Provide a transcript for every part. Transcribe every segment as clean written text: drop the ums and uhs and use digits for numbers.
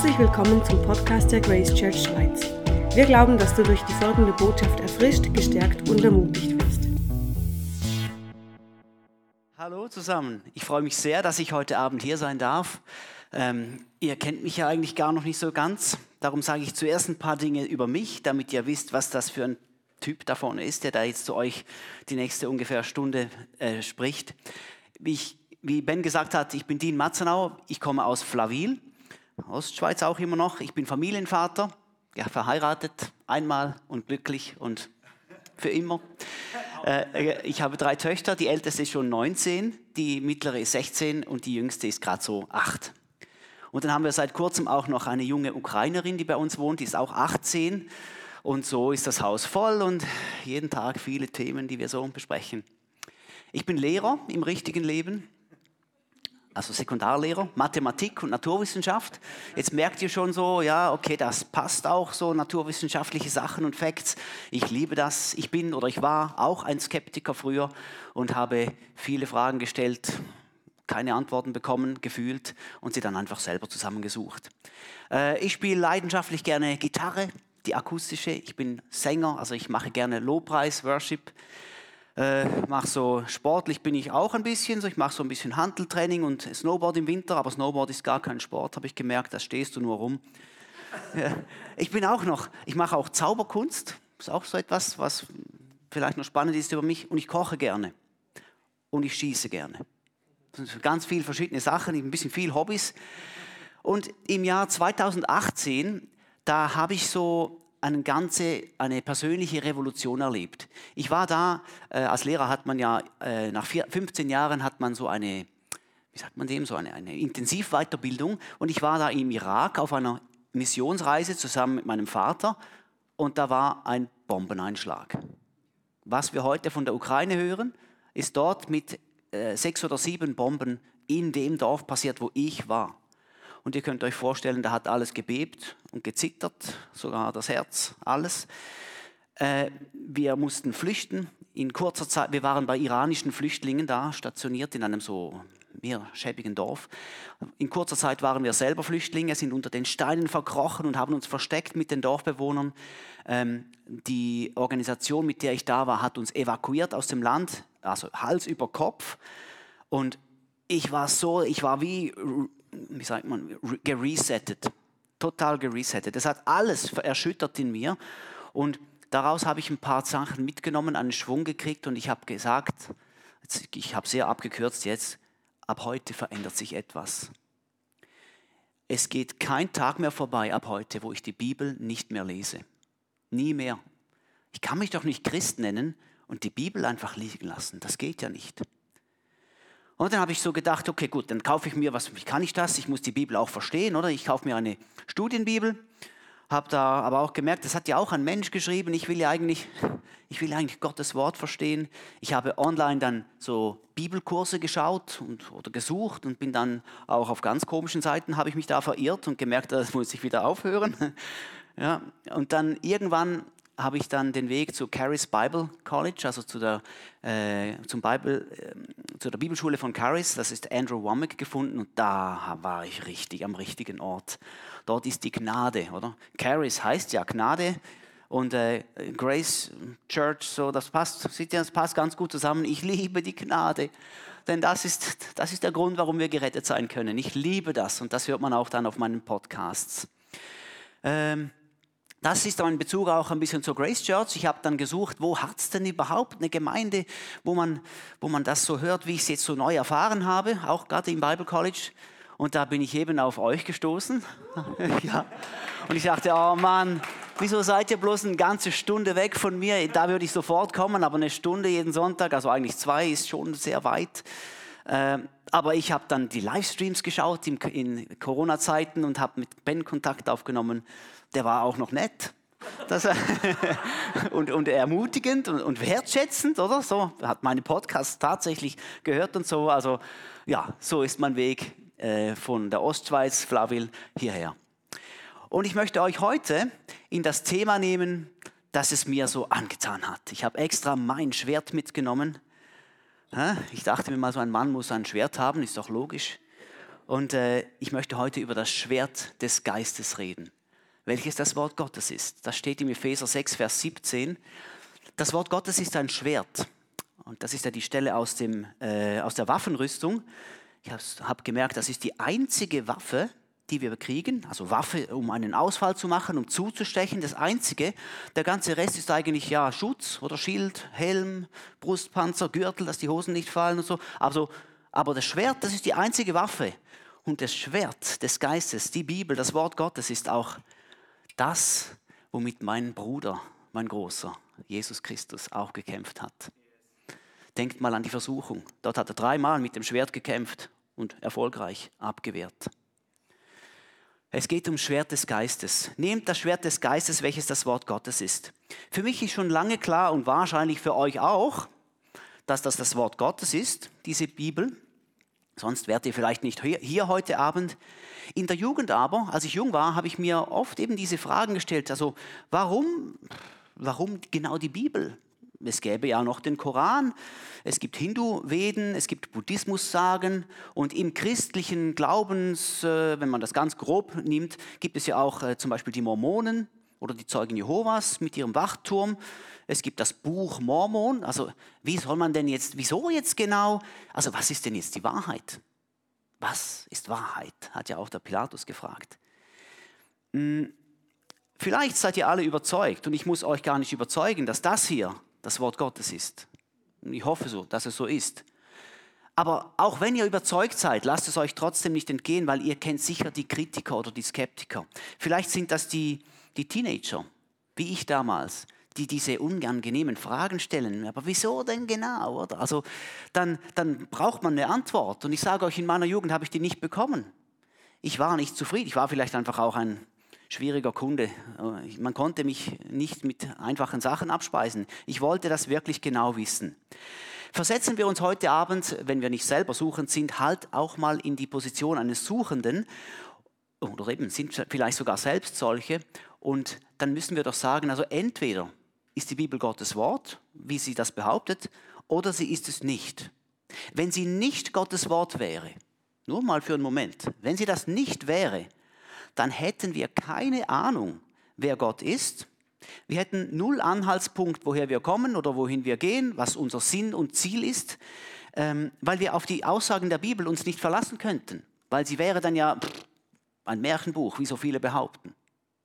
Herzlich willkommen zum Podcast der Grace Church Schweiz. Wir glauben, dass du durch die folgende Botschaft erfrischt, gestärkt und ermutigt wirst. Hallo zusammen, ich freue mich sehr, dass ich heute Abend hier sein darf. Ihr kennt mich ja eigentlich gar noch nicht so ganz, darum sage ich zuerst ein paar Dinge über mich, damit ihr wisst, was das für ein Typ da vorne ist, der da jetzt zu euch die nächste ungefähr Stunde spricht. Wie Ben gesagt hat, ich bin Dean Matzenau, ich komme aus Flawil, Ostschweiz auch immer noch. Ich bin Familienvater, ja, verheiratet, einmal und glücklich und für immer. Ich habe 3 Töchter, die älteste ist schon 19, die mittlere ist 16 und die jüngste ist gerade so 8. Und dann haben wir seit kurzem auch noch eine junge Ukrainerin, die bei uns wohnt, die ist auch 18. Und so ist das Haus voll und jeden Tag viele Themen, die wir so besprechen. Ich bin Lehrer im richtigen Leben. Also Sekundarlehrer, Mathematik und Naturwissenschaft. Jetzt merkt ihr schon so, ja, okay, das passt auch so, naturwissenschaftliche Sachen und Facts. Ich liebe das. Ich war auch ein Skeptiker früher und habe viele Fragen gestellt, keine Antworten bekommen, gefühlt und sie dann einfach selber zusammengesucht. Ich spiele leidenschaftlich gerne Gitarre, die akustische. Ich bin Sänger, also ich mache gerne Lobpreis, Worship. Mache so sportlich bin ich auch ein bisschen, so ich mache so ein bisschen Hanteltraining und Snowboard im Winter, aber Snowboard ist gar kein Sport, habe ich gemerkt, da stehst du nur rum. Ich mache auch Zauberkunst, ist auch so etwas, was vielleicht noch spannend ist über mich, und ich koche gerne und ich schieße gerne. Das sind ganz viele verschiedene Sachen, ein bisschen viel Hobbys. Und im Jahr 2018, da habe ich so eine persönliche Revolution erlebt. Ich war da, als Lehrer hat man ja, nach 15 Jahren hat man so eine, eine Intensivweiterbildung, und ich war da im Irak auf einer Missionsreise zusammen mit meinem Vater und da war ein Bombeneinschlag. Was wir heute von der Ukraine hören, ist dort mit 6 oder 7 Bomben in dem Dorf passiert, wo ich war. Und ihr könnt euch vorstellen, da hat alles gebebt und gezittert, sogar das Herz, alles. Wir mussten flüchten in kurzer Zeit. Wir waren bei iranischen Flüchtlingen da, stationiert in einem so mehrschäbigen Dorf. In kurzer Zeit waren wir selber Flüchtlinge, sind unter den Steinen verkrochen und haben uns versteckt mit den Dorfbewohnern. Die Organisation, mit der ich da war, hat uns evakuiert aus dem Land, also Hals über Kopf. Und ich war wie geresettet, total geresettet. Das hat alles erschüttert in mir und daraus habe ich ein paar Sachen mitgenommen, einen Schwung gekriegt und ich habe gesagt, ich habe sehr abgekürzt jetzt, ab heute verändert sich etwas. Es geht kein Tag mehr vorbei ab heute, wo ich die Bibel nicht mehr lese. Nie mehr. Ich kann mich doch nicht Christ nennen und die Bibel einfach liegen lassen. Das geht ja nicht. Und dann habe ich so gedacht, okay, gut, dann kaufe ich mir, wie kann ich das? Ich muss die Bibel auch verstehen, oder? Ich kaufe mir eine Studienbibel, habe da aber auch gemerkt, das hat ja auch ein Mensch geschrieben, ich will eigentlich Gottes Wort verstehen. Ich habe online dann so Bibelkurse geschaut oder gesucht und bin dann auch auf ganz komischen Seiten, habe ich mich da verirrt und gemerkt, das muss ich wieder aufhören. Ja, und dann irgendwann habe ich dann den Weg zu Charis Bible College, also zu der Bibelschule von Charis, das ist Andrew Wommack, gefunden, und da war ich richtig am richtigen Ort. Dort ist die Gnade, oder? Charis heißt ja Gnade und Grace Church, so das passt ganz gut zusammen. Ich liebe die Gnade, denn das ist der Grund, warum wir gerettet sein können. Ich liebe das und das hört man auch dann auf meinen Podcasts. Das ist auch in Bezug auch ein bisschen zur Grace Church. Ich habe dann gesucht, wo hat es denn überhaupt eine Gemeinde, wo man das so hört, wie ich es jetzt so neu erfahren habe, auch gerade im Bible College. Und da bin ich eben auf euch gestoßen. Ja. Und ich dachte, oh Mann, wieso seid ihr bloß eine ganze Stunde weg von mir? Da würde ich sofort kommen, aber eine Stunde jeden Sonntag, also eigentlich 2, ist schon sehr weit. Aber ich habe dann die Livestreams geschaut in Corona-Zeiten und habe mit Ben Kontakt aufgenommen. Der war auch noch nett und ermutigend und wertschätzend, oder? So hat meine Podcasts tatsächlich gehört und so. Also ja, so ist mein Weg von der Ostschweiz, Flawil, hierher. Und ich möchte euch heute in das Thema nehmen, das es mir so angetan hat. Ich habe extra mein Schwert mitgenommen. Ich dachte mir mal, so ein Mann muss ein Schwert haben, ist doch logisch. Und ich möchte heute über das Schwert des Geistes reden, welches das Wort Gottes ist. Das steht im Epheser 6, Vers 17. Das Wort Gottes ist ein Schwert. Und das ist ja die Stelle aus der Waffenrüstung. Ich habe gemerkt, das ist die einzige Waffe, die wir kriegen. Also Waffe, um einen Ausfall zu machen, um zuzustechen. Das Einzige. Der ganze Rest ist eigentlich ja Schutz oder Schild, Helm, Brustpanzer, Gürtel, dass die Hosen nicht fallen und so. Aber das Schwert, das ist die einzige Waffe. Und das Schwert des Geistes, die Bibel, das Wort Gottes ist auch das, womit mein Bruder, mein Großer, Jesus Christus, auch gekämpft hat. Denkt mal an die Versuchung. Dort hat er 3-mal mit dem Schwert gekämpft und erfolgreich abgewehrt. Es geht um Schwert des Geistes. Nehmt das Schwert des Geistes, welches das Wort Gottes ist. Für mich ist schon lange klar und wahrscheinlich für euch auch, dass das Wort Gottes ist, diese Bibel. Sonst wärt ihr vielleicht nicht hier heute Abend. In der Jugend aber, als ich jung war, habe ich mir oft eben diese Fragen gestellt. Also warum genau die Bibel? Es gäbe ja noch den Koran, es gibt Hindu-Veden, es gibt Buddhismus-Sagen und im christlichen Glaubens, wenn man das ganz grob nimmt, gibt es ja auch zum Beispiel die Mormonen oder die Zeugen Jehovas mit ihrem Wachturm. Es gibt das Buch Mormon. Also wieso jetzt genau? Also was ist denn jetzt die Wahrheit? Was ist Wahrheit? Hat ja auch der Pilatus gefragt. Vielleicht seid ihr alle überzeugt und ich muss euch gar nicht überzeugen, dass das hier das Wort Gottes ist. Ich hoffe so, dass es so ist. Aber auch wenn ihr überzeugt seid, lasst es euch trotzdem nicht entgehen, weil ihr kennt sicher die Kritiker oder die Skeptiker. Vielleicht sind das die Teenager, wie ich damals, die diese unangenehmen Fragen stellen. Aber wieso denn genau? Oder? Also dann braucht man eine Antwort. Und ich sage euch, in meiner Jugend habe ich die nicht bekommen. Ich war nicht zufrieden. Ich war vielleicht einfach auch ein schwieriger Kunde. Man konnte mich nicht mit einfachen Sachen abspeisen. Ich wollte das wirklich genau wissen. Versetzen wir uns heute Abend, wenn wir nicht selber suchend sind, halt auch mal in die Position eines Suchenden oder eben sind vielleicht sogar selbst solche. Und dann müssen wir doch sagen, also entweder ist die Bibel Gottes Wort, wie sie das behauptet, oder sie ist es nicht. Wenn sie nicht Gottes Wort wäre, nur mal für einen Moment, wenn sie das nicht wäre, dann hätten wir keine Ahnung, wer Gott ist. Wir hätten 0 Anhaltspunkt, woher wir kommen oder wohin wir gehen, was unser Sinn und Ziel ist, weil wir auf die Aussagen der Bibel uns nicht verlassen könnten, weil sie wäre dann ja ein Märchenbuch, wie so viele behaupten.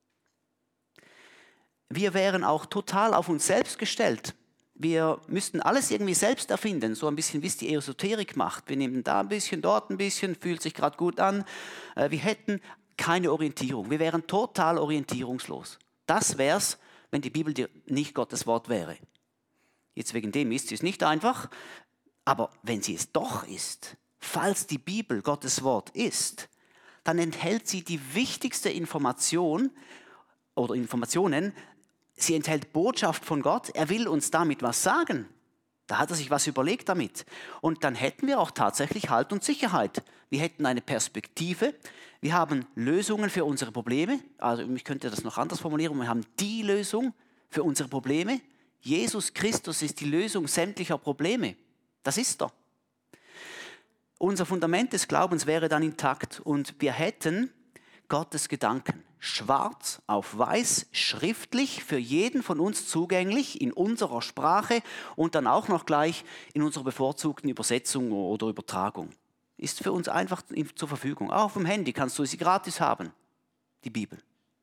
Wir wären auch total auf uns selbst gestellt. Wir müssten alles irgendwie selbst erfinden, so ein bisschen wie es die Esoterik macht. Wir nehmen da ein bisschen, dort ein bisschen, fühlt sich gerade gut an. Wir hätten keine Orientierung. Wir wären total orientierungslos. Das wär's, wenn die Bibel nicht Gottes Wort wäre. Jetzt wegen dem ist sie es nicht einfach, aber wenn sie es doch ist, falls die Bibel Gottes Wort ist, dann enthält sie die wichtigste Information oder Informationen. Sie enthält Botschaft von Gott. Er will uns damit was sagen. Da hat er sich was überlegt damit. Und dann hätten wir auch tatsächlich Halt und Sicherheit. Wir hätten eine Perspektive. Wir haben Lösungen für unsere Probleme. Also ich könnte das noch anders formulieren. Wir haben die Lösung für unsere Probleme. Jesus Christus ist die Lösung sämtlicher Probleme. Das ist er. Unser Fundament des Glaubens wäre dann intakt und wir hätten Gottes Gedanken schwarz auf weiß, schriftlich für jeden von uns zugänglich in unserer Sprache und dann auch noch gleich in unserer bevorzugten Übersetzung oder Übertragung. Ist für uns einfach zur Verfügung. Auch auf dem Handy kannst du sie gratis haben, die Bibel.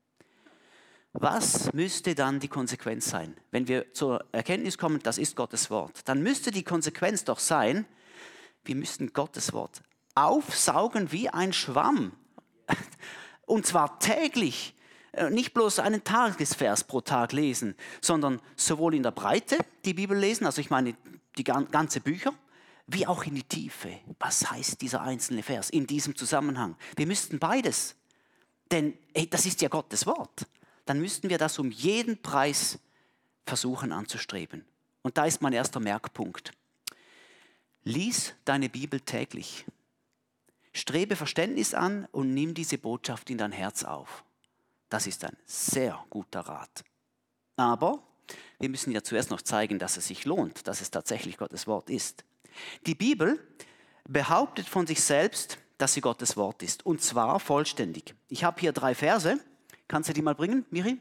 Was müsste dann die Konsequenz sein, wenn wir zur Erkenntnis kommen, das ist Gottes Wort? Dann müsste die Konsequenz doch sein, wir müssten Gottes Wort aufsaugen wie ein Schwamm. Und zwar täglich, nicht bloß einen Tagesvers pro Tag lesen, sondern sowohl in der Breite die Bibel lesen, also ich meine die ganze Bücher, wie auch in die Tiefe. Was heißt dieser einzelne Vers in diesem Zusammenhang? Wir müssten beides, denn das ist ja Gottes Wort. Dann müssten wir das um jeden Preis versuchen anzustreben. Und da ist mein erster Merkpunkt. Lies deine Bibel täglich. Strebe Verständnis an und nimm diese Botschaft in dein Herz auf. Das ist ein sehr guter Rat. Aber wir müssen ja zuerst noch zeigen, dass es sich lohnt, dass es tatsächlich Gottes Wort ist. Die Bibel behauptet von sich selbst, dass sie Gottes Wort ist. Und zwar vollständig. Ich habe hier 3 Verse. Kannst du die mal bringen, Miri?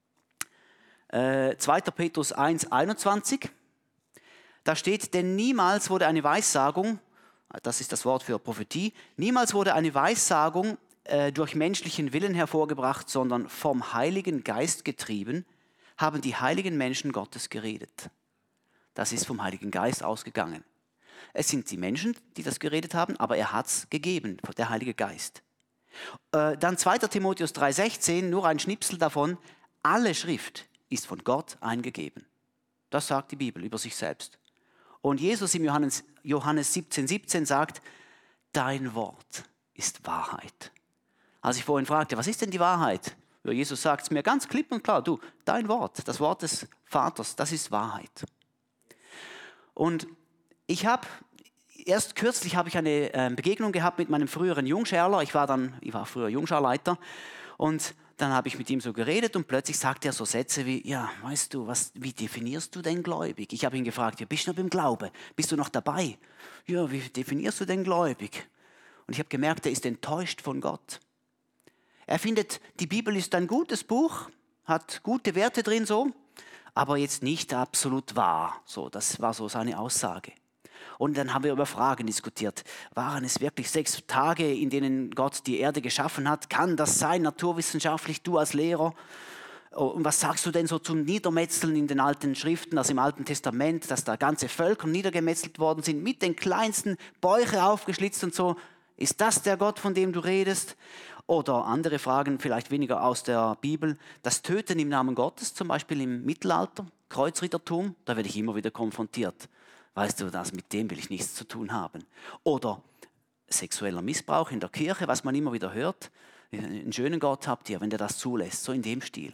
2. Petrus 1, 21. Da steht, denn niemals wurde eine Weissagung, das ist das Wort für Prophetie, niemals wurde eine Weissagung durch menschlichen Willen hervorgebracht, sondern vom Heiligen Geist getrieben, haben die heiligen Menschen Gottes geredet. Das ist vom Heiligen Geist ausgegangen. Es sind die Menschen, die das geredet haben, aber er hat es gegeben, der Heilige Geist. Dann 2. Timotheus 3,16, nur ein Schnipsel davon, alle Schrift ist von Gott eingegeben. Das sagt die Bibel über sich selbst. Und Jesus im Johannes 17,17 sagt, dein Wort ist Wahrheit. Als ich vorhin fragte, was ist denn die Wahrheit? Ja, Jesus sagt es mir ganz klipp und klar, du, dein Wort, das Wort des Vaters, das ist Wahrheit. Und erst kürzlich habe ich eine Begegnung gehabt mit meinem früheren Jungschärler. Ich war früher Jungscharleiter und dann habe ich mit ihm so geredet und plötzlich sagt er so Sätze wie, ja, weißt du, wie definierst du denn gläubig? Ich habe ihn gefragt, ja, bist du noch im Glaube? Bist du noch dabei? Ja, wie definierst du denn gläubig? Und ich habe gemerkt, er ist enttäuscht von Gott. Er findet, die Bibel ist ein gutes Buch, hat gute Werte drin so, aber jetzt nicht absolut wahr. So, das war so seine Aussage. Und dann haben wir über Fragen diskutiert. Waren es wirklich 6 Tage, in denen Gott die Erde geschaffen hat? Kann das sein, naturwissenschaftlich, du als Lehrer? Und was sagst du denn so zum Niedermetzeln in den alten Schriften, also im Alten Testament, dass da ganze Völker niedergemetzelt worden sind, mit den kleinsten Bäuche aufgeschlitzt und so? Ist das der Gott, von dem du redest? Oder andere Fragen, vielleicht weniger aus der Bibel. Das Töten im Namen Gottes, zum Beispiel im Mittelalter, Kreuzrittertum, da werde ich immer wieder konfrontiert. Weißt du, mit dem will ich nichts zu tun haben. Oder sexueller Missbrauch in der Kirche, was man immer wieder hört. Einen schönen Gott habt ihr, wenn der das zulässt, so in dem Stil.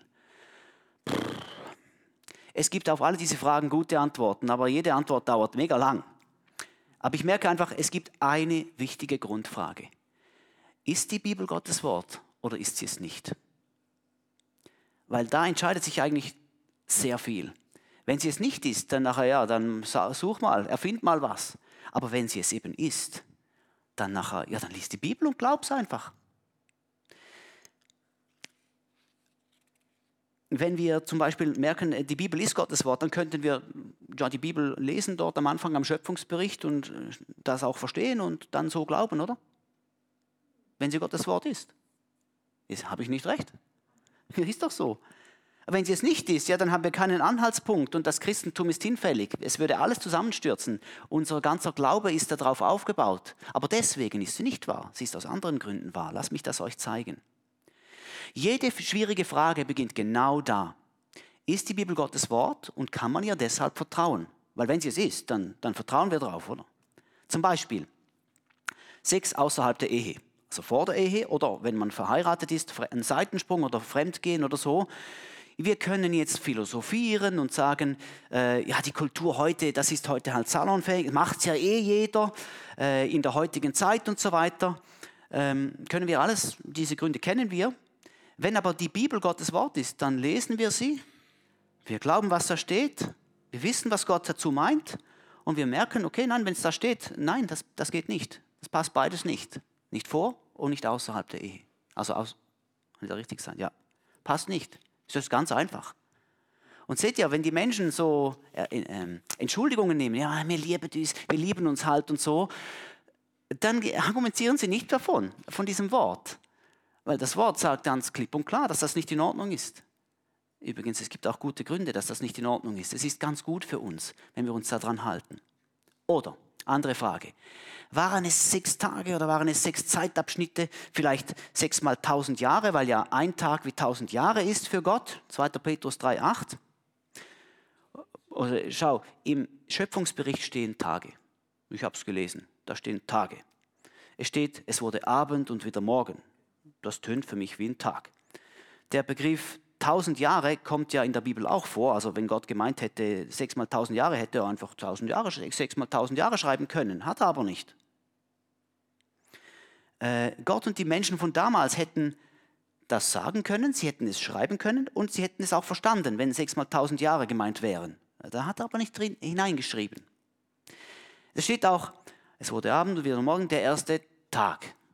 Es gibt auf alle diese Fragen gute Antworten, aber jede Antwort dauert mega lang. Aber ich merke einfach, es gibt eine wichtige Grundfrage. Ist die Bibel Gottes Wort oder ist sie es nicht? Weil da entscheidet sich eigentlich sehr viel. Wenn sie es nicht ist, dann nachher, ja, dann such mal, erfind mal was. Aber wenn sie es eben ist, dann nachher, ja, dann lies die Bibel und glaub's einfach. Wenn wir zum Beispiel merken, die Bibel ist Gottes Wort, dann könnten wir ja, die Bibel lesen dort am Anfang am Schöpfungsbericht und das auch verstehen und dann so glauben, oder? Wenn sie Gottes Wort ist. Habe ich nicht recht? Ist doch so. Wenn sie es nicht ist, ja, dann haben wir keinen Anhaltspunkt und das Christentum ist hinfällig. Es würde alles zusammenstürzen. Unser ganzer Glaube ist darauf aufgebaut. Aber deswegen ist sie nicht wahr. Sie ist aus anderen Gründen wahr. Lasst mich das euch zeigen. Jede schwierige Frage beginnt genau da. Ist die Bibel Gottes Wort und kann man ihr deshalb vertrauen? Weil wenn sie es ist, dann vertrauen wir drauf, oder? Zum Beispiel Sex außerhalb der Ehe. Also vor der Ehe oder wenn man verheiratet ist, ein Seitensprung oder Fremdgehen oder so. Wir können jetzt philosophieren und sagen, ja, die Kultur heute, das ist heute halt salonfähig, macht es ja eh jeder in der heutigen Zeit und so weiter. Können wir alles, diese Gründe kennen wir. Wenn aber die Bibel Gottes Wort ist, dann lesen wir sie, wir glauben, was da steht, wir wissen, was Gott dazu meint und wir merken, okay, nein, wenn es da steht, nein, das geht nicht. Das passt beides nicht. Nicht vor und nicht außerhalb der Ehe. Also, kann ich da richtig sein? Ja, passt nicht. Das ist ganz einfach. Und seht ihr, wenn die Menschen so Entschuldigungen nehmen, ja, wir lieben uns halt und so, dann argumentieren sie nicht davon, von diesem Wort. Weil das Wort sagt ganz klipp und klar, dass das nicht in Ordnung ist. Übrigens, es gibt auch gute Gründe, dass das nicht in Ordnung ist. Es ist ganz gut für uns, wenn wir uns daran halten. Oder, andere Frage, waren es 6 Tage oder waren es 6 Zeitabschnitte, vielleicht 6 mal 1000 Jahre, weil ja ein Tag wie 1000 Jahre ist für Gott, 2. Petrus 3,8. Oder schau, im Schöpfungsbericht stehen Tage. Ich habe es gelesen, da stehen Tage. Es steht, es wurde Abend und wieder Morgen. Das tönt für mich wie ein Tag. Der Begriff 1000 Jahre kommt ja in der Bibel auch vor. Also wenn Gott gemeint hätte, 6 mal 1000 Jahre, hätte er einfach 6 mal 1000 Jahre schreiben können. Hat er aber nicht. Gott und die Menschen von damals hätten das sagen können, sie hätten es schreiben können und sie hätten es auch verstanden, wenn 6 mal 1000 Jahre gemeint wären. Da hat er aber nicht drin hineingeschrieben. Es steht auch, es wurde Abend und wieder Morgen, der erste Tag.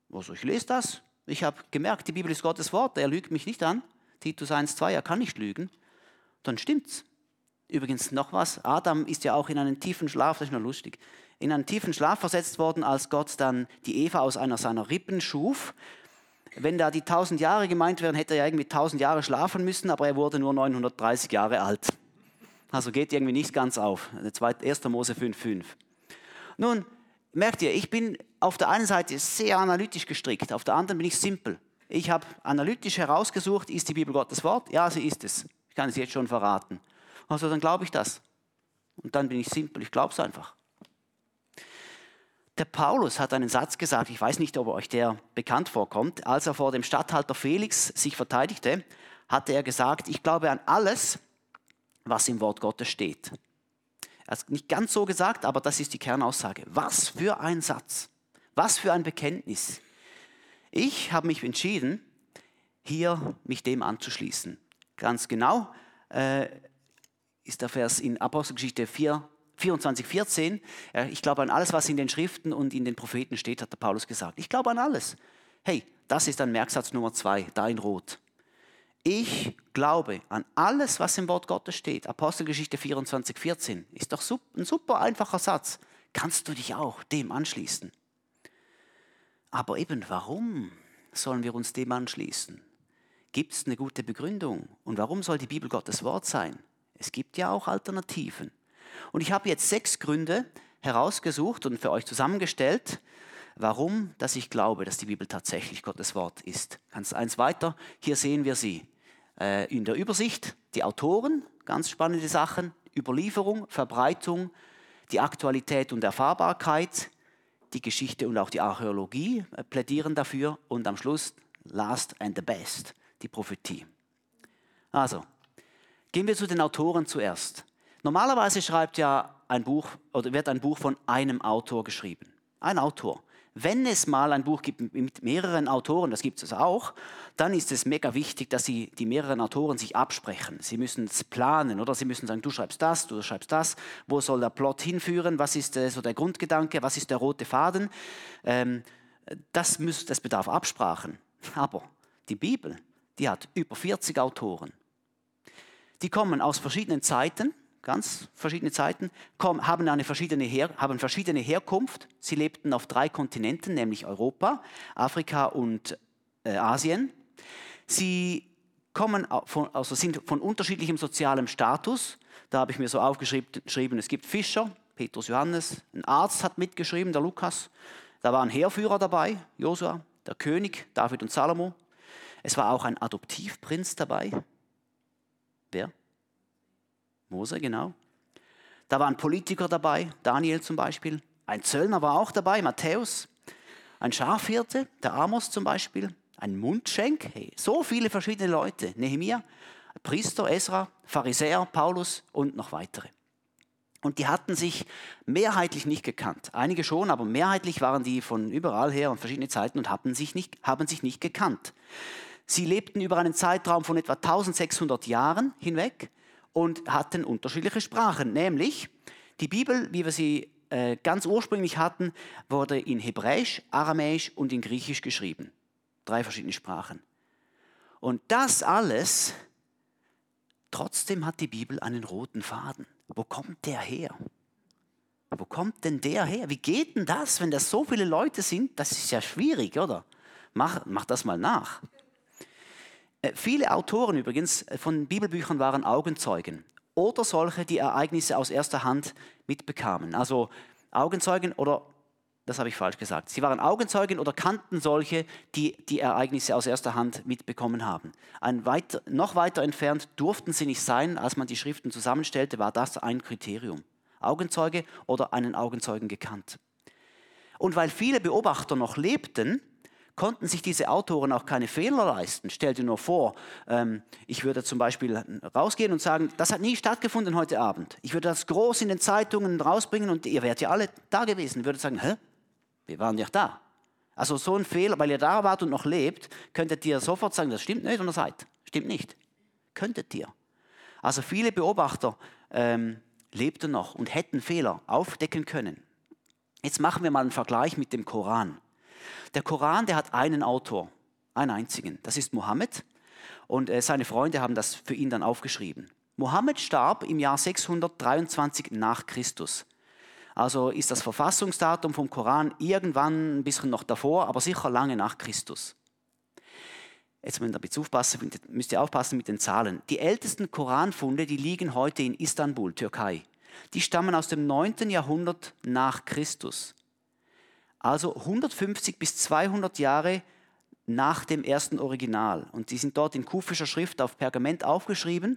Also ich lese das. Ich habe gemerkt, die Bibel ist Gottes Wort. Er lügt mich nicht an. Titus 1,2, er kann nicht lügen. Dann stimmt's. Übrigens noch was. Adam ist ja auch in einen tiefen Schlaf, das ist noch lustig, in einen tiefen Schlaf versetzt worden, als Gott dann die Eva aus einer seiner Rippen schuf. Wenn da die 1000 Jahre gemeint wären, hätte er ja irgendwie 1000 Jahre schlafen müssen, aber er wurde nur 930 Jahre alt. Also geht irgendwie nicht ganz auf. 1. Mose 5,5. Nun, merkt ihr, ich bin auf der einen Seite sehr analytisch gestrickt, auf der anderen bin ich simpel. Ich habe analytisch herausgesucht, ist die Bibel Gottes Wort? Ja, sie ist es. Ich kann es jetzt schon verraten. Also dann glaube ich das. Und dann bin ich simpel, ich glaube es einfach. Der Paulus hat einen Satz gesagt, ich weiß nicht, ob euch der bekannt vorkommt. Als er vor dem Statthalter Felix sich verteidigte, hatte er gesagt, ich glaube an alles, was im Wort Gottes steht. Er hat es nicht ganz so gesagt, aber das ist die Kernaussage. Was für ein Satz, was für ein Bekenntnis. Ich habe mich entschieden, hier mich dem anzuschließen. Ganz genau ist der Vers in Apostelgeschichte 24,14. Ich glaube an alles, was in den Schriften und in den Propheten steht, hat der Paulus gesagt. Ich glaube an alles. Hey, das ist ein Merksatz Nummer 2, da in Rot. Ich glaube an alles, was im Wort Gottes steht. Apostelgeschichte 24,14 ist doch ein super einfacher Satz. Kannst du dich auch dem anschließen? Aber eben, warum sollen wir uns dem anschließen? Gibt es eine gute Begründung? Und warum soll die Bibel Gottes Wort sein? Es gibt ja auch Alternativen. Und ich habe jetzt 6 Gründe herausgesucht und für euch zusammengestellt, warum dass ich glaube, dass die Bibel tatsächlich Gottes Wort ist. Ganz eins weiter, hier sehen wir sie in der Übersicht. Die Autoren, ganz spannende Sachen, Überlieferung, Verbreitung, die Aktualität und Erfahrbarkeit, die Geschichte und auch die Archäologie plädieren dafür und am Schluss, last and the best, die Prophetie. Also, gehen wir zu den Autoren zuerst. Normalerweise schreibt ja ein Buch oder wird ein Buch von einem Autor geschrieben. Ein Autor. Wenn es mal ein Buch gibt mit mehreren Autoren, das gibt es auch, dann ist es mega wichtig, dass die mehreren Autoren sich absprechen. Sie müssen es planen, oder? Sie müssen sagen, du schreibst das, wo soll der Plot hinführen, was ist so der Grundgedanke, was ist der rote Faden. Das bedarf Absprachen. Aber die Bibel, die hat über 40 Autoren. Die kommen aus verschiedenen Zeiten, ganz verschiedene Zeiten, haben verschiedene Herkunft. Sie lebten auf 3 Kontinenten, nämlich Europa, Afrika und Asien. Sie sind von unterschiedlichem sozialem Status. Da habe ich mir so aufgeschrieben, es gibt Fischer, Petrus, Johannes, ein Arzt hat mitgeschrieben, der Lukas. Da war ein Heerführer dabei, Josua, der König, David und Salomo. Es war auch ein Adoptivprinz dabei. Wer? Mose, genau. Da war ein Politiker dabei, Daniel zum Beispiel. Ein Zöllner war auch dabei, Matthäus. Ein Schafhirte, der Amos zum Beispiel. Ein Mundschenk, hey, so viele verschiedene Leute. Nehemia, Priester, Esra, Pharisäer, Paulus und noch weitere. Und die hatten sich mehrheitlich nicht gekannt. Einige schon, aber mehrheitlich waren die von überall her und verschiedene Zeiten und haben sich nicht gekannt. Sie lebten über einen Zeitraum von etwa 1600 Jahren hinweg und hatten unterschiedliche Sprachen. Nämlich die Bibel, wie wir sie ganz ursprünglich hatten, wurde in Hebräisch, Aramäisch und in Griechisch geschrieben. 3 verschiedene Sprachen. Und das alles, trotzdem hat die Bibel einen roten Faden. Wo kommt der her? Wo kommt denn der her? Wie geht denn das, wenn das so viele Leute sind? Das ist ja schwierig, oder? Mach das mal nach. Viele Autoren übrigens von Bibelbüchern waren Augenzeugen oder solche, die Ereignisse aus erster Hand mitbekamen. Also Augenzeugen oder, das habe ich falsch gesagt, sie waren Augenzeugen oder kannten solche, die Ereignisse aus erster Hand mitbekommen haben. Noch weiter entfernt durften sie nicht sein, als man die Schriften zusammenstellte, war das ein Kriterium. Augenzeuge oder einen Augenzeugen gekannt. Und weil viele Beobachter noch lebten, konnten sich diese Autoren auch keine Fehler leisten. Stell dir nur vor, ich würde zum Beispiel rausgehen und sagen, das hat nie stattgefunden heute Abend. Ich würde das groß in den Zeitungen rausbringen und ihr wärt ja alle da gewesen. Ich würde sagen, wir waren ja da. Also so ein Fehler, weil ihr da wart und noch lebt, könntet ihr sofort sagen, das stimmt nicht oder seid. Stimmt nicht. Könntet ihr. Also viele Beobachter lebten noch und hätten Fehler aufdecken können. Jetzt machen wir mal einen Vergleich mit dem Koran. Der Koran, der hat einen Autor, einen einzigen. Das ist Mohammed. Und seine Freunde haben das für ihn dann aufgeschrieben. Mohammed starb im Jahr 623 nach Christus. Also ist das Verfassungsdatum vom Koran irgendwann ein bisschen noch davor, aber sicher lange nach Christus. Jetzt müsst ihr aufpassen mit den Zahlen. Die ältesten Koranfunde, die liegen heute in Istanbul, Türkei. Die stammen aus dem 9. Jahrhundert nach Christus. Also 150 bis 200 Jahre nach dem ersten Original. Und die sind dort in kufischer Schrift auf Pergament aufgeschrieben.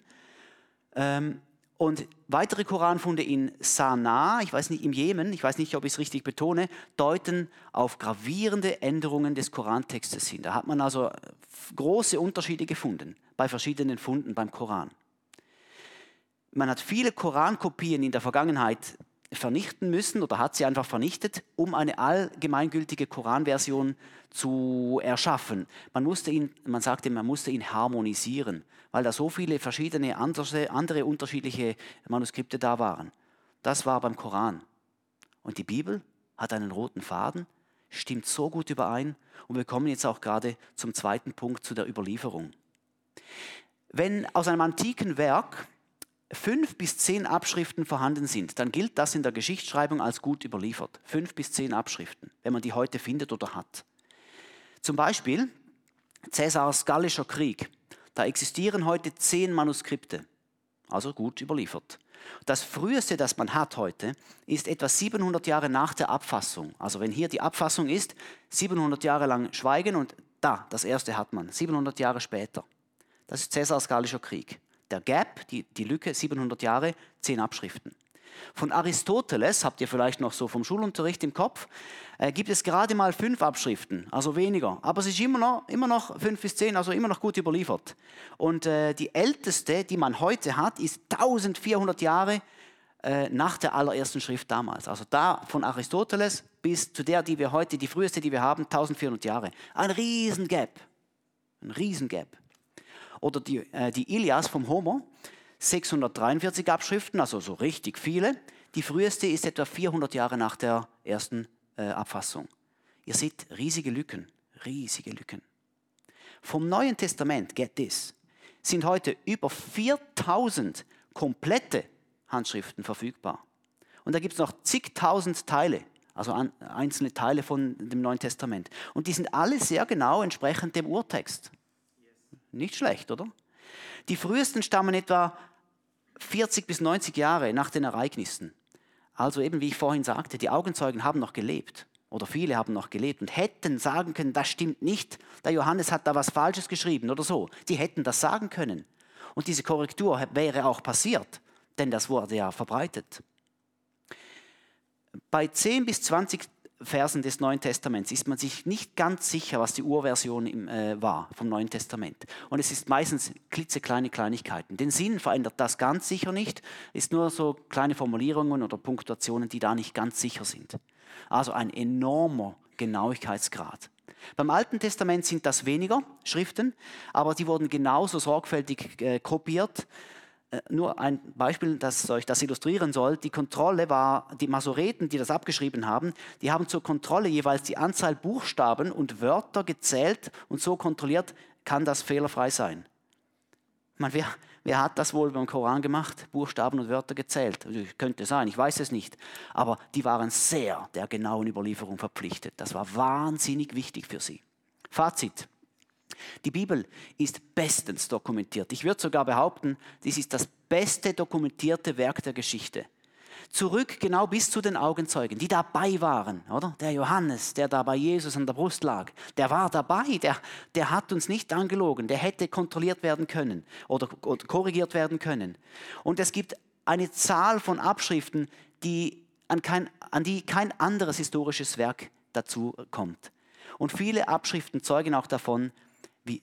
Und weitere Koranfunde in Sanaa, ich weiß nicht, im Jemen, ich weiß nicht, ob ich es richtig betone, deuten auf gravierende Änderungen des Korantextes hin. Da hat man also große Unterschiede gefunden bei verschiedenen Funden beim Koran. Man hat viele Korankopien in der Vergangenheit vernichten müssen oder hat sie einfach vernichtet, um eine allgemeingültige Koranversion zu erschaffen. Man musste ihn harmonisieren, weil da so viele verschiedene andere unterschiedliche Manuskripte da waren. Das war beim Koran. Und die Bibel hat einen roten Faden, stimmt so gut überein und wir kommen jetzt auch gerade zum zweiten Punkt, zu der Überlieferung. Wenn aus einem antiken Werk 5 bis 10 Abschriften vorhanden sind, dann gilt das in der Geschichtsschreibung als gut überliefert. 5 bis 10 Abschriften, wenn man die heute findet oder hat. Zum Beispiel Cäsars Gallischer Krieg. Da existieren heute 10 Manuskripte, also gut überliefert. Das früheste, das man hat heute, ist etwa 700 Jahre nach der Abfassung. Also wenn hier die Abfassung ist, 700 Jahre lang Schweigen und da, das erste hat man, 700 Jahre später. Das ist Cäsars Gallischer Krieg. Der Gap, die Lücke, 700 Jahre, 10 Abschriften. Von Aristoteles, habt ihr vielleicht noch so vom Schulunterricht im Kopf, gibt es gerade mal 5 Abschriften, also weniger. Aber es ist immer noch 5 bis 10, also immer noch gut überliefert. Und die älteste, die man heute hat, ist 1400 Jahre nach der allerersten Schrift damals. Also da von Aristoteles bis zu der, die wir heute, die früheste, die wir haben, 1400 Jahre. Ein Riesengap. Ein Riesengap. Oder die Ilias vom Homer, 643 Abschriften, also so richtig viele. Die früheste ist etwa 400 Jahre nach der ersten Abfassung. Ihr seht, riesige Lücken. Vom Neuen Testament, get this, sind heute über 4000 komplette Handschriften verfügbar. Und da gibt es noch zigtausend Teile, also einzelne Teile von dem Neuen Testament. Und die sind alle sehr genau entsprechend dem Urtext. Nicht schlecht, oder? Die frühesten stammen etwa 40 bis 90 Jahre nach den Ereignissen. Also eben, wie ich vorhin sagte, die Augenzeugen haben noch gelebt. Oder viele haben noch gelebt und hätten sagen können, das stimmt nicht, der Johannes hat da was Falsches geschrieben oder so. Die hätten das sagen können. Und diese Korrektur wäre auch passiert, denn das wurde ja verbreitet. Bei 10 bis 20 Versen des Neuen Testaments ist man sich nicht ganz sicher, was die Urversion war vom Neuen Testament. Und es ist meistens klitzekleine Kleinigkeiten. Den Sinn verändert das ganz sicher nicht, ist nur so kleine Formulierungen oder Punktuationen, die da nicht ganz sicher sind. Also ein enormer Genauigkeitsgrad. Beim Alten Testament sind das weniger Schriften, aber die wurden genauso sorgfältig kopiert. Nur ein Beispiel, das euch das illustrieren soll. Die Kontrolle war, die Masoreten, die das abgeschrieben haben, die haben zur Kontrolle jeweils die Anzahl Buchstaben und Wörter gezählt und so kontrolliert, kann das fehlerfrei sein. Wer hat das wohl beim Koran gemacht? Buchstaben und Wörter gezählt. Könnte sein, ich weiß es nicht. Aber die waren sehr der genauen Überlieferung verpflichtet. Das war wahnsinnig wichtig für sie. Fazit. Die Bibel ist bestens dokumentiert. Ich würde sogar behaupten, dies ist das beste dokumentierte Werk der Geschichte. Zurück genau bis zu den Augenzeugen, die dabei waren, oder? Der Johannes, der da bei Jesus an der Brust lag, der war dabei, der hat uns nicht angelogen, der hätte kontrolliert werden können oder korrigiert werden können. Und es gibt eine Zahl von Abschriften, an die kein anderes historisches Werk dazu kommt. Und viele Abschriften zeugen auch davon, wie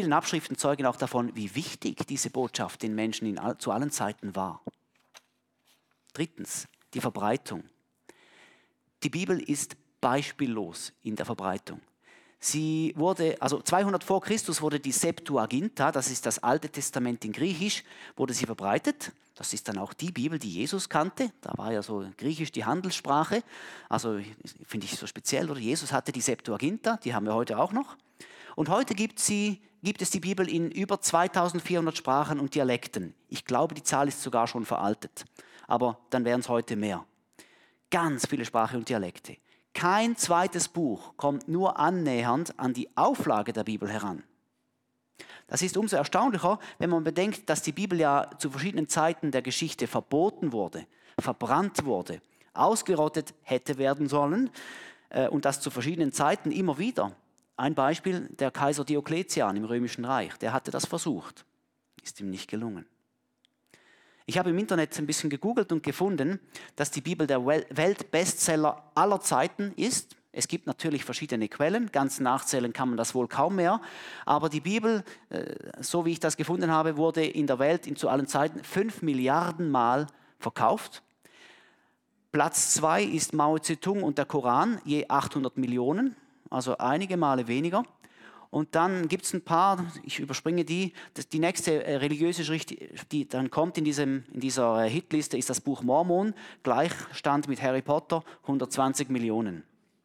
wichtig diese Botschaft den Menschen zu allen Zeiten war. Drittens, die Verbreitung. Die Bibel ist beispiellos in der Verbreitung. Sie wurde, also 200 vor Christus wurde die Septuaginta, das ist das Alte Testament in Griechisch, wurde sie verbreitet. Das ist dann auch die Bibel, die Jesus kannte. Da war ja so Griechisch die Handelssprache. Also finde ich so speziell, oder? Jesus hatte die Septuaginta, die haben wir heute auch noch. Und heute gibt es die Bibel in über 2400 Sprachen und Dialekten. Ich glaube, die Zahl ist sogar schon veraltet. Aber dann wären es heute mehr. Ganz viele Sprachen und Dialekte. Kein zweites Buch kommt nur annähernd an die Auflage der Bibel heran. Das ist umso erstaunlicher, wenn man bedenkt, dass die Bibel ja zu verschiedenen Zeiten der Geschichte verboten wurde, verbrannt wurde, ausgerottet hätte werden sollen und das zu verschiedenen Zeiten immer wieder. Ein Beispiel, der Kaiser Diokletian im Römischen Reich, der hatte das versucht, ist ihm nicht gelungen. Ich habe im Internet ein bisschen gegoogelt und gefunden, dass die Bibel der Weltbestseller aller Zeiten ist. Es gibt natürlich verschiedene Quellen, ganz nachzählen kann man das wohl kaum mehr. Aber die Bibel, so wie ich das gefunden habe, wurde in der Welt zu allen Zeiten 5 Milliarden Mal verkauft. Platz 2 ist Mao Zedong und der Koran, je 800 Millionen, also einige Male weniger. Und dann gibt es ein paar, ich überspringe die nächste religiöse Schrift, die dann kommt in dieser Hitliste, ist das Buch Mormon, Gleichstand mit Harry Potter, 120 Millionen.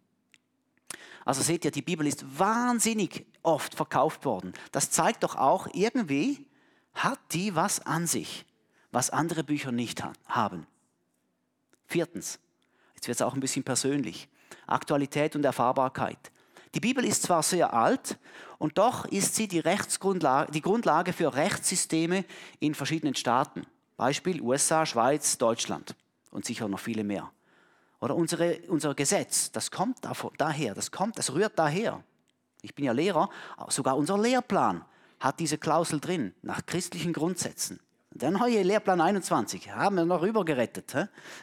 Also seht ihr, die Bibel ist wahnsinnig oft verkauft worden. Das zeigt doch auch, irgendwie hat die was an sich, was andere Bücher nicht haben. 4. Jetzt wird es auch ein bisschen persönlich. Aktualität und Erfahrbarkeit. Die Bibel ist zwar sehr alt und doch ist sie die Grundlage für Rechtssysteme in verschiedenen Staaten. Beispiel USA, Schweiz, Deutschland und sicher noch viele mehr. Oder unser Gesetz, das kommt daher, das rührt daher. Ich bin ja Lehrer, sogar unser Lehrplan hat diese Klausel drin, nach christlichen Grundsätzen. Der neue Lehrplan 21, haben wir noch rübergerettet.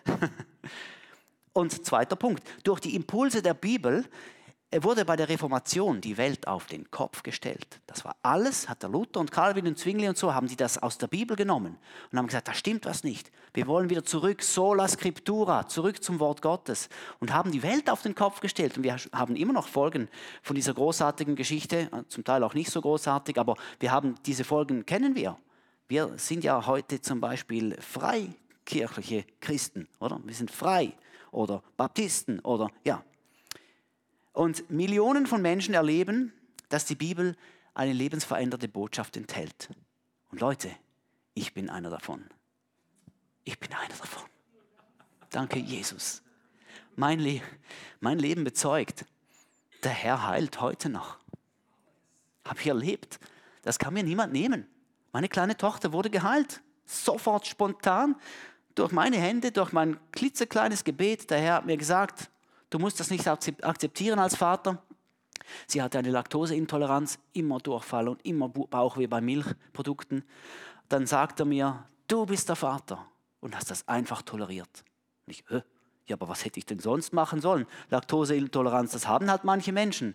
Und 2. Punkt, durch die Impulse der Bibel wurde bei der Reformation die Welt auf den Kopf gestellt. Das war alles, hat der Luther und Calvin und Zwingli und so, haben die das aus der Bibel genommen und haben gesagt, da stimmt was nicht. Wir wollen wieder zurück, sola scriptura, zurück zum Wort Gottes und haben die Welt auf den Kopf gestellt. Und wir haben immer noch Folgen von dieser großartigen Geschichte, zum Teil auch nicht so großartig, aber wir haben diese Folgen, kennen wir. Wir sind ja heute zum Beispiel freikirchliche Christen, oder? Wir sind frei oder Baptisten oder ja. Und Millionen von Menschen erleben, dass die Bibel eine lebensverändernde Botschaft enthält. Und Leute, ich bin einer davon. Ich bin einer davon. Danke, Jesus. Mein Leben bezeugt, der Herr heilt heute noch. Habe ich erlebt. Das kann mir niemand nehmen. Meine kleine Tochter wurde geheilt. Sofort, spontan, durch meine Hände, durch mein klitzekleines Gebet. Der Herr hat mir gesagt, du musst das nicht akzeptieren als Vater. Sie hatte eine Laktoseintoleranz, immer Durchfall und immer Bauchweh bei Milchprodukten. Dann sagt er mir, du bist der Vater und hast das einfach toleriert. Und ich, ja, aber was hätte ich denn sonst machen sollen? Laktoseintoleranz, das haben halt manche Menschen.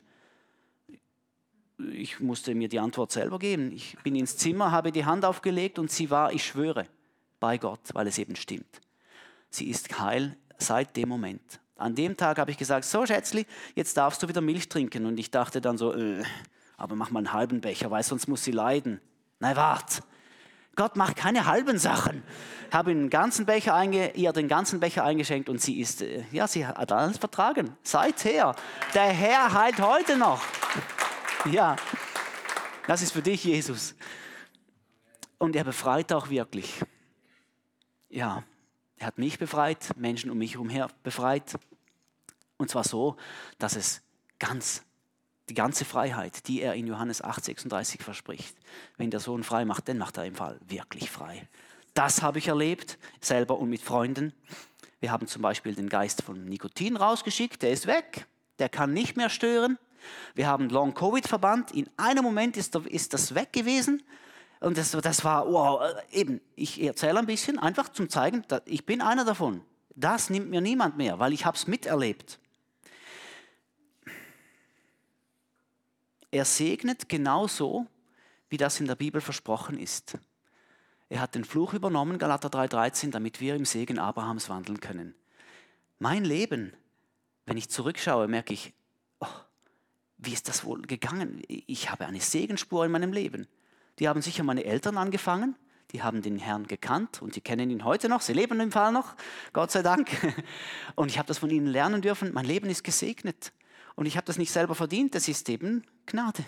Ich musste mir die Antwort selber geben. Ich bin ins Zimmer, habe die Hand aufgelegt und sie war, ich schwöre, bei Gott, weil es eben stimmt. Sie ist heil seit dem Moment. An dem Tag habe ich gesagt, so Schätzli, jetzt darfst du wieder Milch trinken. Und ich dachte dann so, aber mach mal einen halben Becher, weil sonst muss sie leiden. Nein, wart. Gott macht keine halben Sachen. Ich habe ihr den ganzen Becher eingeschenkt und sie ist, sie hat alles vertragen. Seither. Der Herr heilt heute noch. Ja, das ist für dich, Jesus. Und er befreit auch wirklich. Ja. Er hat mich befreit, Menschen um mich herum befreit. Und zwar so, dass es die ganze Freiheit, die er in Johannes 8,36 verspricht, wenn der Sohn frei macht, dann macht er im Fall wirklich frei. Das habe ich erlebt, selber und mit Freunden. Wir haben zum Beispiel den Geist von Nikotin rausgeschickt, der ist weg, der kann nicht mehr stören. Wir haben Long-Covid verbannt, in einem Moment ist das weg gewesen. Und das war, wow, eben, ich erzähle ein bisschen, einfach zum zeigen, ich bin einer davon. Das nimmt mir niemand mehr, weil ich habe es miterlebt. Er segnet genauso, wie das in der Bibel versprochen ist. Er hat den Fluch übernommen, Galater 3,13, damit wir im Segen Abrahams wandeln können. Mein Leben, wenn ich zurückschaue, merke ich, wie ist das wohl gegangen? Ich habe eine Segensspur in meinem Leben. Die haben sicher meine Eltern angefangen, die haben den Herrn gekannt und die kennen ihn heute noch, sie leben im Fall noch, Gott sei Dank. Und ich habe das von ihnen lernen dürfen, mein Leben ist gesegnet. Und ich habe das nicht selber verdient, das ist eben Gnade.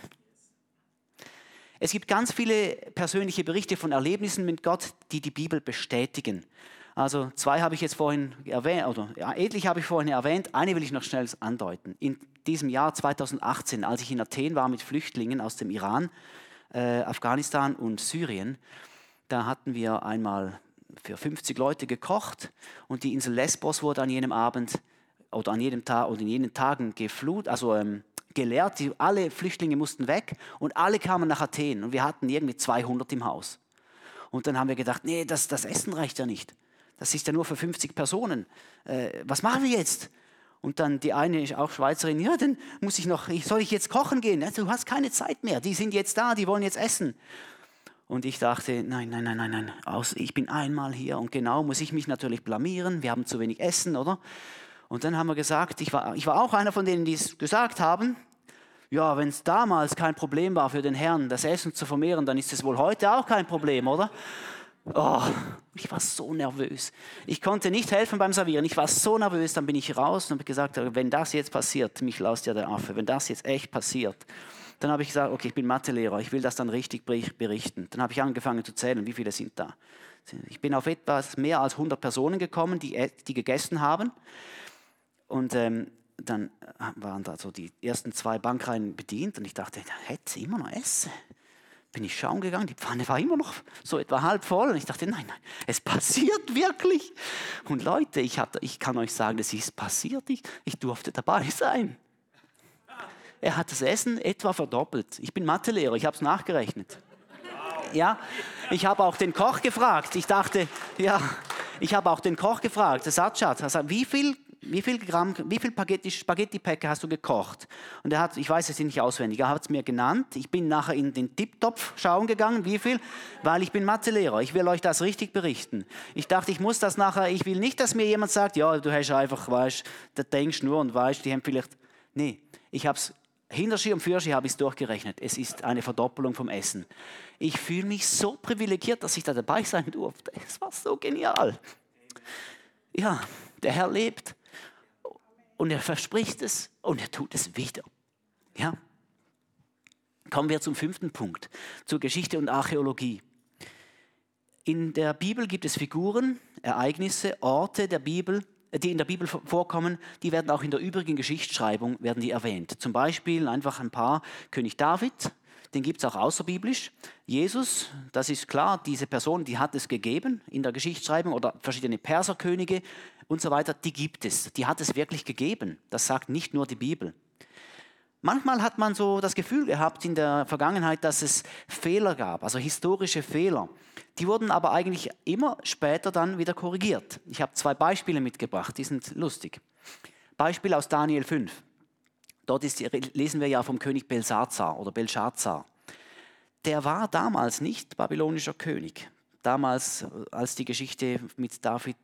Es gibt ganz viele persönliche Berichte von Erlebnissen mit Gott, die die Bibel bestätigen. Also 2 habe ich jetzt vorhin erwähnt, oder etliche habe ich vorhin erwähnt, eine will ich noch schnell andeuten. In diesem Jahr 2018, als ich in Athen war mit Flüchtlingen aus dem Iran, Afghanistan und Syrien, da hatten wir einmal für 50 Leute gekocht und die Insel Lesbos wurde an jenem Abend oder an jedem Tag oder in jenen Tagen geleert. Alle Flüchtlinge mussten weg und alle kamen nach Athen und wir hatten irgendwie 200 im Haus. Und dann haben wir gedacht, nee, das Essen reicht ja nicht. Das ist ja nur für 50 Personen. Was machen wir jetzt? Und dann die eine ist auch Schweizerin, ja, dann soll ich jetzt kochen gehen? Ja, du hast keine Zeit mehr, die sind jetzt da, die wollen jetzt essen. Und ich dachte, nein, ich bin einmal hier und genau muss ich mich natürlich blamieren, wir haben zu wenig Essen, oder? Und dann haben wir gesagt, ich war auch einer von denen, die es gesagt haben, ja, wenn es damals kein Problem war für den Herrn, das Essen zu vermehren, dann ist es wohl heute auch kein Problem, oder? Oh, ich war so nervös. Ich konnte nicht helfen beim Servieren. Ich war so nervös, dann bin ich raus und habe gesagt, wenn das jetzt passiert, mich laust ja der Affe, wenn das jetzt echt passiert. Dann habe ich gesagt, okay, ich bin Mathelehrer, ich will das dann richtig berichten. Dann habe ich angefangen zu zählen, wie viele sind da. Ich bin auf etwas mehr als 100 Personen gekommen, die gegessen haben. Und dann waren da so die ersten 2 Bankreihen bedient und ich dachte, da hätte immer noch Essen. Bin ich schauen gegangen, die Pfanne war immer noch so etwa halb voll und ich dachte, nein, es passiert wirklich. Und Leute, ich kann euch sagen, es ist passiert, ich durfte dabei sein. Er hat das Essen etwa verdoppelt. Ich bin Mathelehrer, ich habe es nachgerechnet. Ja, ich habe auch den Koch gefragt. Ich habe auch den Koch gefragt, Satschat, also wie viel Spaghetti-Päcke hast du gekocht? Und ich weiß es nicht auswendig, er hat es mir genannt. Ich bin nachher in den Tipptopf schauen gegangen, wie viel, weil ich bin Mathelehrer. Ich will euch das richtig berichten. Ich dachte, ich muss das nachher, ich will nicht, dass mir jemand sagt, ja, du hast einfach, weißt, da denkst nur und weißt, die haben vielleicht, nee, ich habe es hinter Ski und für Ski habe ich es durchgerechnet. Es ist eine Verdoppelung vom Essen. Ich fühle mich so privilegiert, dass ich da dabei sein durfte. Es war so genial. Ja, der Herr lebt und er verspricht es und er tut es wieder. Ja. Kommen wir zum 5. Punkt, zur Geschichte und Archäologie. In der Bibel gibt es Figuren, Ereignisse, Orte der Bibel, die in der Bibel vorkommen, die werden auch in der übrigen Geschichtsschreibung werden die erwähnt. Zum Beispiel einfach ein paar, König David, den gibt es auch außerbiblisch. Jesus, das ist klar, diese Person, die hat es gegeben in der Geschichtsschreibung oder verschiedene Perserkönige und so weiter, die gibt es. Die hat es wirklich gegeben. Das sagt nicht nur die Bibel. Manchmal hat man so das Gefühl gehabt in der Vergangenheit, dass es Fehler gab, also historische Fehler. Die wurden aber eigentlich immer später dann wieder korrigiert. Ich habe 2 Beispiele mitgebracht, die sind lustig. Beispiel aus Daniel 5. Dort lesen wir ja vom König Belsazar oder Belshazzar. Der war damals nicht babylonischer König. Damals, als die Geschichte mit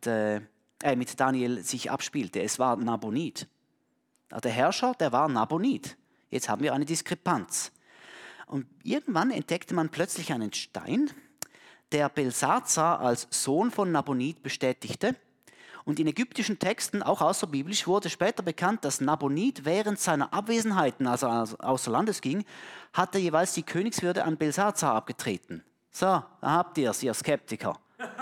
Daniel sich abspielte, es war Nabonid. Der Herrscher, der war Nabonid. Jetzt haben wir eine Diskrepanz. Und irgendwann entdeckte man plötzlich einen Stein, der Belsazar als Sohn von Nabonid bestätigte. Und in ägyptischen Texten, auch außerbiblisch, wurde später bekannt, dass Nabonid während seiner Abwesenheiten, als er außer Landes ging, hatte jeweils die Königswürde an Belsazar abgetreten. So, da habt ihr es, ihr Skeptiker.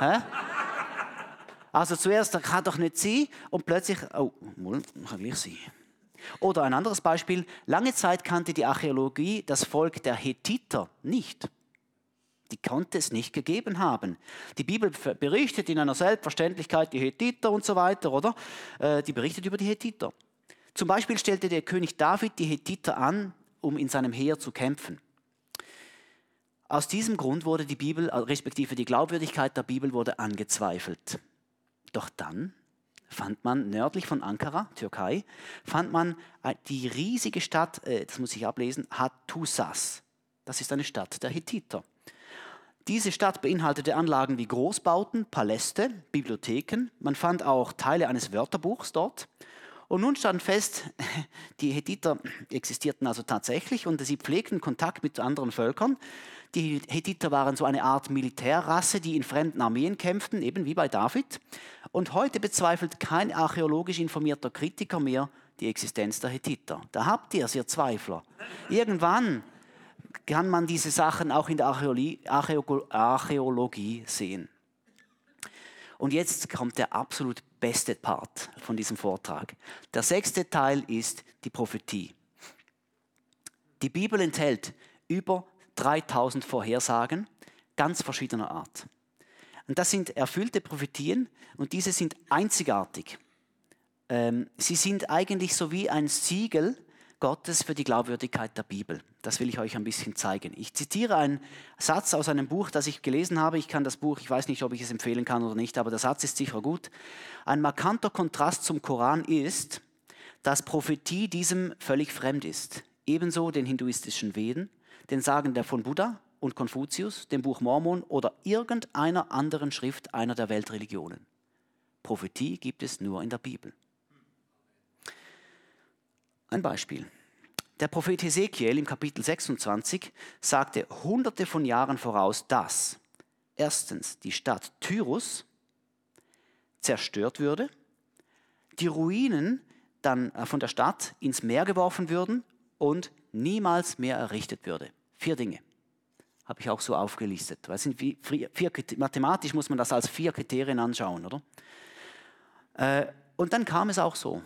Also zuerst, das kann doch nicht sein und plötzlich, oh, kann gleich sein. Oder ein anderes Beispiel, lange Zeit kannte die Archäologie das Volk der Hethiter nicht. Die konnte es nicht gegeben haben. Die Bibel berichtet in einer Selbstverständlichkeit die Hethiter und so weiter, oder? Die berichtet über die Hethiter. Zum Beispiel stellte der König David die Hethiter an, um in seinem Heer zu kämpfen. Aus diesem Grund wurde die Bibel, respektive die Glaubwürdigkeit der Bibel, wurde angezweifelt. Doch dann fand man nördlich von Ankara, Türkei, fand man die riesige Stadt, das muss ich ablesen, Hattusas. Das ist eine Stadt der Hethiter. Diese Stadt beinhaltete Anlagen wie Großbauten, Paläste, Bibliotheken. Man fand auch Teile eines Wörterbuchs dort. Und nun stand fest, die Hethiter existierten also tatsächlich und sie pflegten Kontakt mit anderen Völkern. Die Hethiter waren so eine Art Militärrasse, die in fremden Armeen kämpften, eben wie bei David. Und heute bezweifelt kein archäologisch informierter Kritiker mehr die Existenz der Hethiter. Da habt ihr es, ihr Zweifler. Irgendwann kann man diese Sachen auch in der Archäologie sehen. Und jetzt kommt der absolut beste Part von diesem Vortrag. Der 6. Teil ist die Prophetie. Die Bibel enthält über 3000 Vorhersagen ganz verschiedener Art. Und das sind erfüllte Prophetien und diese sind einzigartig. Sie sind eigentlich so wie ein Siegel Gottes für die Glaubwürdigkeit der Bibel. Das will ich euch ein bisschen zeigen. Ich zitiere einen Satz aus einem Buch, das ich gelesen habe. Ich kann das Buch, ich weiß nicht, ob ich es empfehlen kann oder nicht, aber der Satz ist sicher gut. Ein markanter Kontrast zum Koran ist, dass Prophetie diesem völlig fremd ist. Ebenso den hinduistischen Veden, den Sagen von Buddha und Konfuzius, dem Buch Mormon oder irgendeiner anderen Schrift einer der Weltreligionen. Prophetie gibt es nur in der Bibel. Ein Beispiel. Der Prophet Hesekiel im Kapitel 26 sagte hunderte von Jahren voraus, dass erstens die Stadt Tyrus zerstört würde, die Ruinen dann von der Stadt ins Meer geworfen würden und niemals mehr errichtet würde. 4 Dinge habe ich auch so aufgelistet. Weil es sind mathematisch muss man das als 4 Kriterien anschauen, oder? Und dann kam es auch so.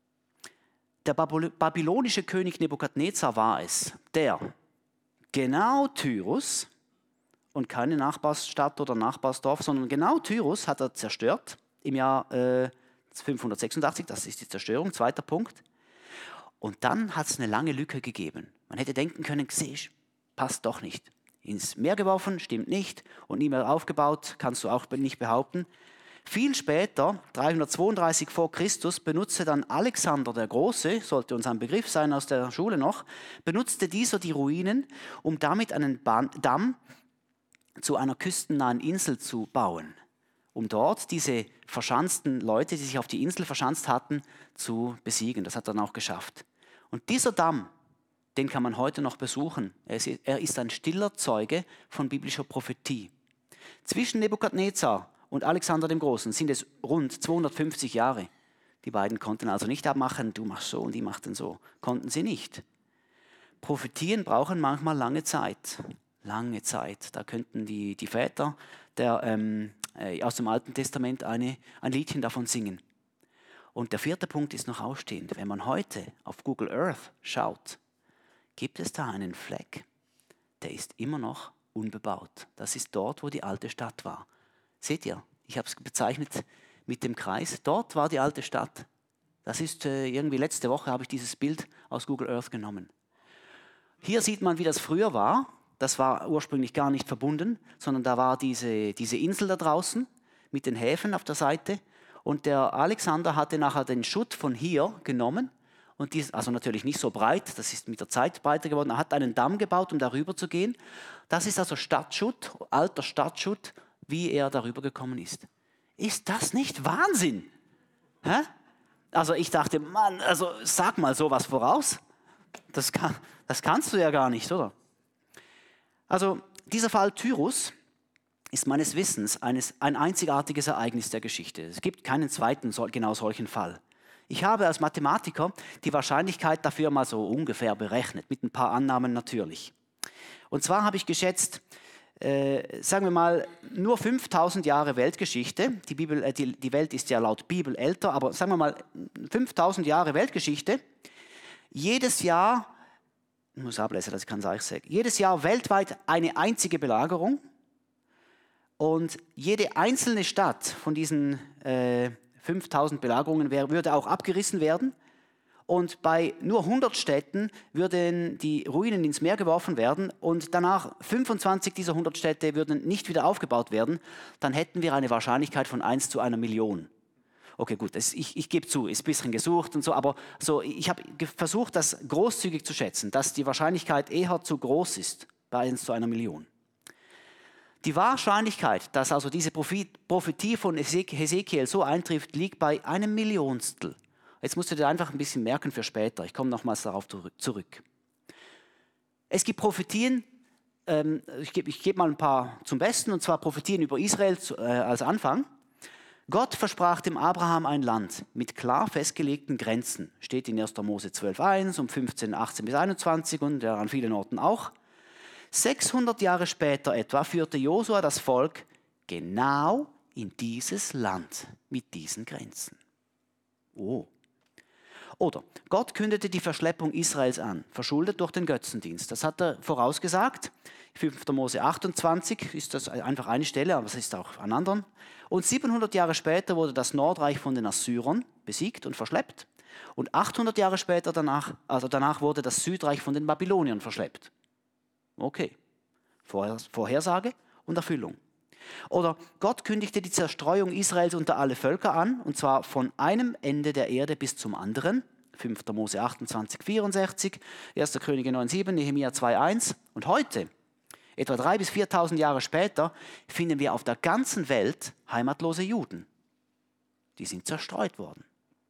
Der babylonische König Nebukadnezar war es, der genau Tyrus und keine Nachbarstadt oder Nachbarsdorf, sondern genau Tyrus hat er zerstört im Jahr 586, das ist die Zerstörung, 2. Punkt. Und dann hat es eine lange Lücke gegeben. Man hätte denken können, passt doch nicht. Ins Meer geworfen, stimmt nicht und nie mehr aufgebaut, kannst du auch nicht behaupten. Viel später, 332 vor Christus, benutzte dann Alexander der Große, sollte uns ein Begriff sein aus der Schule noch, benutzte dieser die Ruinen, um damit einen Damm zu einer küstennahen Insel zu bauen, um dort diese verschanzten Leute, die sich auf die Insel verschanzt hatten, zu besiegen. Das hat er dann auch geschafft. Und dieser Damm, den kann man heute noch besuchen. Er ist ein stiller Zeuge von biblischer Prophetie. Zwischen Nebukadnezar und Alexander dem Großen sind es rund 250 Jahre. Die beiden konnten also nicht abmachen, du machst so und die machten so. Konnten sie nicht. Prophetien brauchen manchmal lange Zeit. Lange Zeit. Da könnten die Väter aus dem Alten Testament ein Liedchen davon singen. Und der 4. Punkt ist noch ausstehend. Wenn man heute auf Google Earth schaut, gibt es da einen Fleck, der ist immer noch unbebaut. Das ist dort, wo die alte Stadt war. Seht ihr, ich habe es bezeichnet mit dem Kreis. Dort war die alte Stadt. Das ist irgendwie letzte Woche habe ich dieses Bild aus Google Earth genommen. Hier sieht man, wie das früher war. Das war ursprünglich gar nicht verbunden, sondern da war diese Insel da draußen mit den Häfen auf der Seite. Und der Alexander hatte nachher den Schutt von hier genommen. Und also natürlich nicht so breit, das ist mit der Zeit breiter geworden. Er hat einen Damm gebaut, um darüber zu gehen. Das ist also Stadtschutt, alter Stadtschutt, wie er darüber gekommen ist. Ist das nicht Wahnsinn? Hä? Also ich dachte, Mann, also sag mal sowas voraus. Das kannst du ja gar nicht, oder? Also dieser Fall Tyrus ist meines Wissens ein einzigartiges Ereignis der Geschichte. Es gibt keinen zweiten genau solchen Fall. Ich habe als Mathematiker die Wahrscheinlichkeit dafür mal so ungefähr berechnet, mit ein paar Annahmen natürlich. Und zwar habe ich geschätzt, sagen wir mal, nur 5000 Jahre Weltgeschichte. Die Welt ist ja laut Bibel älter, aber sagen wir mal 5000 Jahre Weltgeschichte. Jedes Jahr, ich muss ablesen, dass ich kann es euch sagen, jedes Jahr weltweit eine einzige Belagerung. Und jede einzelne Stadt von diesen 5000 Belagerungen würde auch abgerissen werden. Und bei nur 100 Städten würden die Ruinen ins Meer geworfen werden und danach 25 dieser 100 Städte würden nicht wieder aufgebaut werden. Dann hätten wir eine Wahrscheinlichkeit von 1 zu 1 Million. Okay, gut, ich gebe zu, ist ein bisschen gesucht und so, aber so, ich habe versucht, das großzügig zu schätzen, dass die Wahrscheinlichkeit eher zu groß ist bei 1 zu 1 Million. Die Wahrscheinlichkeit, dass also diese Prophetie von Hesekiel so eintrifft, liegt bei 1 Millionstel. Jetzt musst du dir einfach ein bisschen merken für später. Ich komme nochmals darauf zurück. Es gibt Prophetien, ich gebe mal ein paar zum Besten, und zwar Prophetien über Israel als Anfang. Gott versprach dem Abraham ein Land mit klar festgelegten Grenzen. Steht in 1. Mose 12,1 und 15, 18 bis 21 und an vielen Orten auch. 600 Jahre später etwa führte Josua das Volk genau in dieses Land mit diesen Grenzen. Oh. Oder Gott kündete die Verschleppung Israels an, verschuldet durch den Götzendienst. Das hat er vorausgesagt. 5. Mose 28 ist das einfach eine Stelle, aber es ist auch an anderen. Und 700 Jahre später wurde das Nordreich von den Assyrern besiegt und verschleppt. Und 800 Jahre später danach wurde das Südreich von den Babyloniern verschleppt. Okay, Vorhersage und Erfüllung. Oder Gott kündigte die Zerstreuung Israels unter alle Völker an, und zwar von einem Ende der Erde bis zum anderen. 5. Mose 28, 64, 1. Könige 9, 7, Nehemia 2, 1. Und heute, etwa 3.000 bis 4.000 Jahre später, finden wir auf der ganzen Welt heimatlose Juden. Die sind zerstreut worden.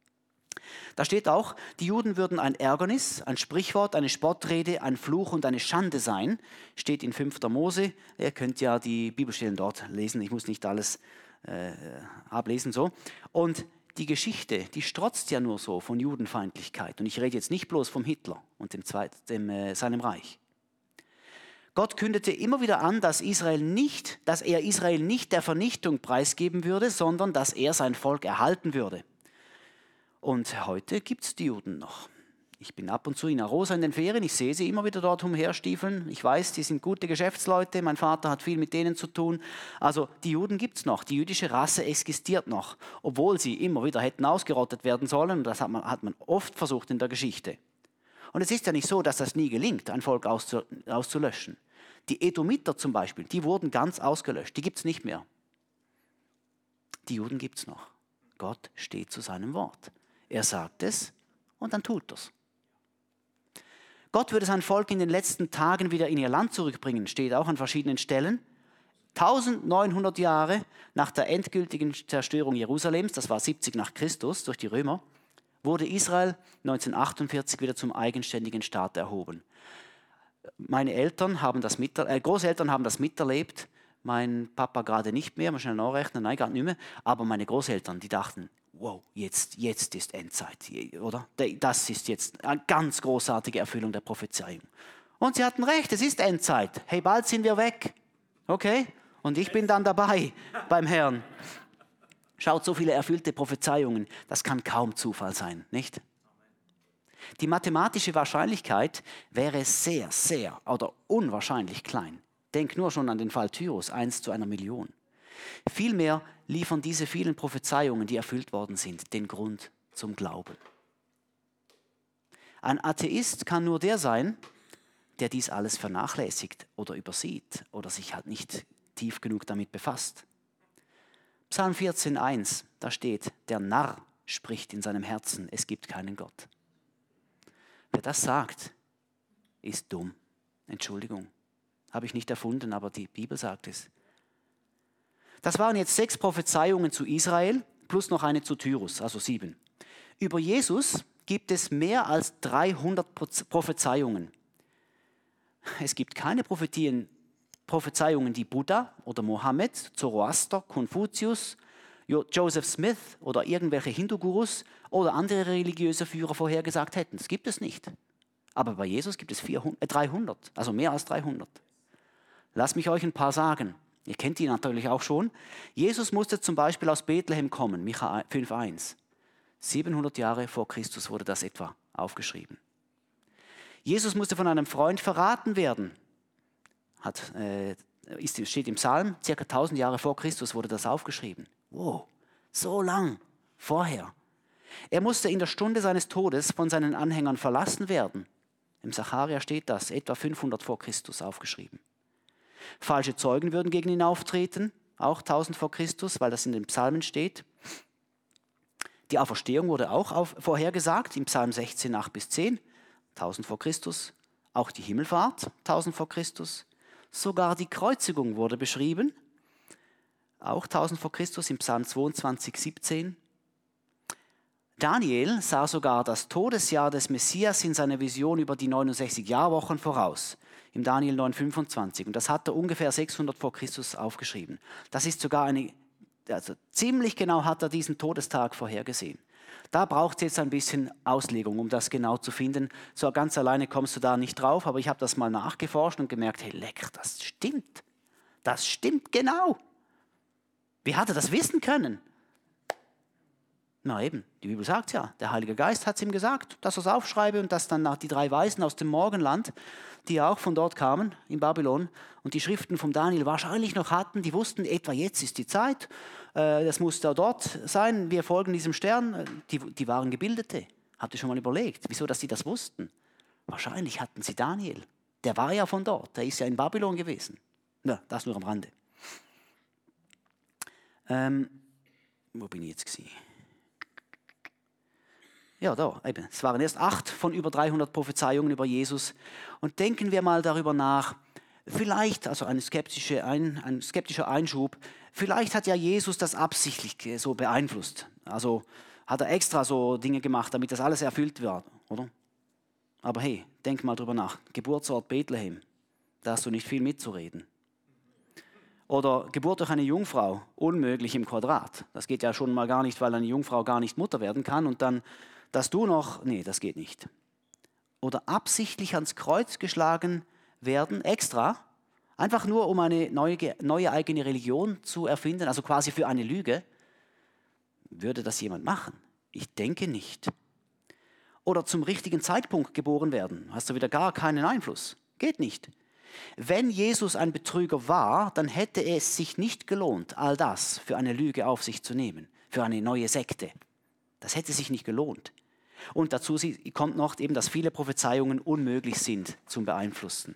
Da steht auch, die Juden würden ein Ärgernis, ein Sprichwort, eine Spottrede, ein Fluch und eine Schande sein. Steht in 5. Mose. Ihr könnt ja die Bibelstellen dort lesen. Ich muss nicht alles ablesen so. Und die Geschichte, die strotzt ja nur so von Judenfeindlichkeit. Und ich rede jetzt nicht bloß vom Hitler und seinem Reich. Gott kündete immer wieder an, dass er Israel nicht der Vernichtung preisgeben würde, sondern dass er sein Volk erhalten würde. Und heute gibt es die Juden noch. Ich bin ab und zu in Arosa in den Ferien, ich sehe sie immer wieder dort umherstiefeln. Ich weiß, die sind gute Geschäftsleute, mein Vater hat viel mit denen zu tun. Also die Juden gibt es noch, die jüdische Rasse existiert noch, obwohl sie immer wieder hätten ausgerottet werden sollen. Und das hat man oft versucht in der Geschichte. Und es ist ja nicht so, dass das nie gelingt, ein Volk auszulöschen. Die Edomiter zum Beispiel, die wurden ganz ausgelöscht, die gibt es nicht mehr. Die Juden gibt es noch. Gott steht zu seinem Wort. Er sagt es und dann tut es. Gott würde sein Volk in den letzten Tagen wieder in ihr Land zurückbringen, steht auch an verschiedenen Stellen. 1900 Jahre nach der endgültigen Zerstörung Jerusalems, das war 70 nach Christus durch die Römer, wurde Israel 1948 wieder zum eigenständigen Staat erhoben. Meine Großeltern haben das miterlebt, mein Papa gerade nicht mehr, mal schnell nachrechnen, nein, gerade nicht mehr, aber meine Großeltern, die dachten, wow, jetzt ist Endzeit, oder? Das ist jetzt eine ganz großartige Erfüllung der Prophezeiung. Und sie hatten recht, es ist Endzeit. Hey, bald sind wir weg. Okay? Und ich bin dann dabei beim Herrn. Schaut, so viele erfüllte Prophezeiungen, das kann kaum Zufall sein, nicht? Die mathematische Wahrscheinlichkeit wäre sehr, sehr oder unwahrscheinlich klein. Denk nur schon an den Fall Tyrus, 1 zu 1 Million. Vielmehr liefern diese vielen Prophezeiungen, die erfüllt worden sind, den Grund zum Glauben. Ein Atheist kann nur der sein, der dies alles vernachlässigt oder übersieht oder sich halt nicht tief genug damit befasst. Psalm 14,1, da steht, der Narr spricht in seinem Herzen, es gibt keinen Gott. Wer das sagt, ist dumm. Entschuldigung, habe ich nicht erfunden, aber die Bibel sagt es. Das waren jetzt 6 Prophezeiungen zu Israel, plus noch eine zu Tyrus, also 7. Über Jesus gibt es mehr als 300 Prophezeiungen. Es gibt keine Prophezeiungen, die Buddha oder Mohammed, Zoroaster, Konfuzius, Joseph Smith oder irgendwelche Hindu-Gurus oder andere religiöse Führer vorhergesagt hätten. Das gibt es nicht. Aber bei Jesus gibt es 300, also mehr als 300. Lass mich euch ein paar sagen. Ihr kennt die natürlich auch schon. Jesus musste zum Beispiel aus Bethlehem kommen, Micha 5,1. 700 Jahre vor Christus wurde das etwa aufgeschrieben. Jesus musste von einem Freund verraten werden. Steht im Psalm, ca. 1000 Jahre vor Christus wurde das aufgeschrieben. Wow, so lang vorher. Er musste in der Stunde seines Todes von seinen Anhängern verlassen werden. Im Sacharja steht das, etwa 500 vor Christus aufgeschrieben. Falsche Zeugen würden gegen ihn auftreten, auch 1000 vor Christus, weil das in den Psalmen steht. Die Auferstehung wurde auch vorhergesagt, im Psalm 16, 8 bis 10, 1000 vor Christus. Auch die Himmelfahrt, 1000 vor Christus. Sogar die Kreuzigung wurde beschrieben, auch 1000 vor Christus, im Psalm 22, 17. Daniel sah sogar das Todesjahr des Messias in seiner Vision über die 69 Jahrwochen voraus, im Daniel 9,25. Und das hat er ungefähr 600 vor Christus aufgeschrieben. Das ist sogar also ziemlich genau hat er diesen Todestag vorhergesehen. Da braucht es jetzt ein bisschen Auslegung, um das genau zu finden. So ganz alleine kommst du da nicht drauf, aber ich habe das mal nachgeforscht und gemerkt, hey, lecker, das stimmt. Das stimmt genau. Wie hat er das wissen können? Na eben, die Bibel sagt es ja. Der Heilige Geist hat es ihm gesagt, dass er es aufschreibe und dass dann die 3 Weisen aus dem Morgenland, die auch von dort kamen, in Babylon, und die Schriften von Daniel wahrscheinlich noch hatten, die wussten, etwa jetzt ist die Zeit, das muss da dort sein, wir folgen diesem Stern. Die waren Gebildete. Habt ihr schon mal überlegt, wieso, dass sie das wussten? Wahrscheinlich hatten sie Daniel. Der war ja von dort, der ist ja in Babylon gewesen. Na, das nur am Rande. Wo bin ich jetzt gewesen? Ja, da, eben. Es waren erst 8 von über 300 Prophezeiungen über Jesus. Und denken wir mal darüber nach, vielleicht, also ein skeptischer Einschub, vielleicht hat ja Jesus das absichtlich so beeinflusst. Also hat er extra so Dinge gemacht, damit das alles erfüllt wird, oder? Aber hey, denk mal drüber nach. Geburtsort Bethlehem, da hast du nicht viel mitzureden. Oder Geburt durch eine Jungfrau, unmöglich im Quadrat. Das geht ja schon mal gar nicht, weil eine Jungfrau gar nicht Mutter werden kann. Und dann, dass du noch, nee, das geht nicht. Oder absichtlich ans Kreuz geschlagen werden, extra, einfach nur um eine neue eigene Religion zu erfinden, also quasi für eine Lüge. Würde das jemand machen? Ich denke nicht. Oder zum richtigen Zeitpunkt geboren werden, hast du wieder gar keinen Einfluss. Geht nicht. Wenn Jesus ein Betrüger war, dann hätte es sich nicht gelohnt, all das für eine Lüge auf sich zu nehmen, für eine neue Sekte. Das hätte sich nicht gelohnt. Und dazu kommt noch eben, dass viele Prophezeiungen unmöglich sind zum Beeinflussen.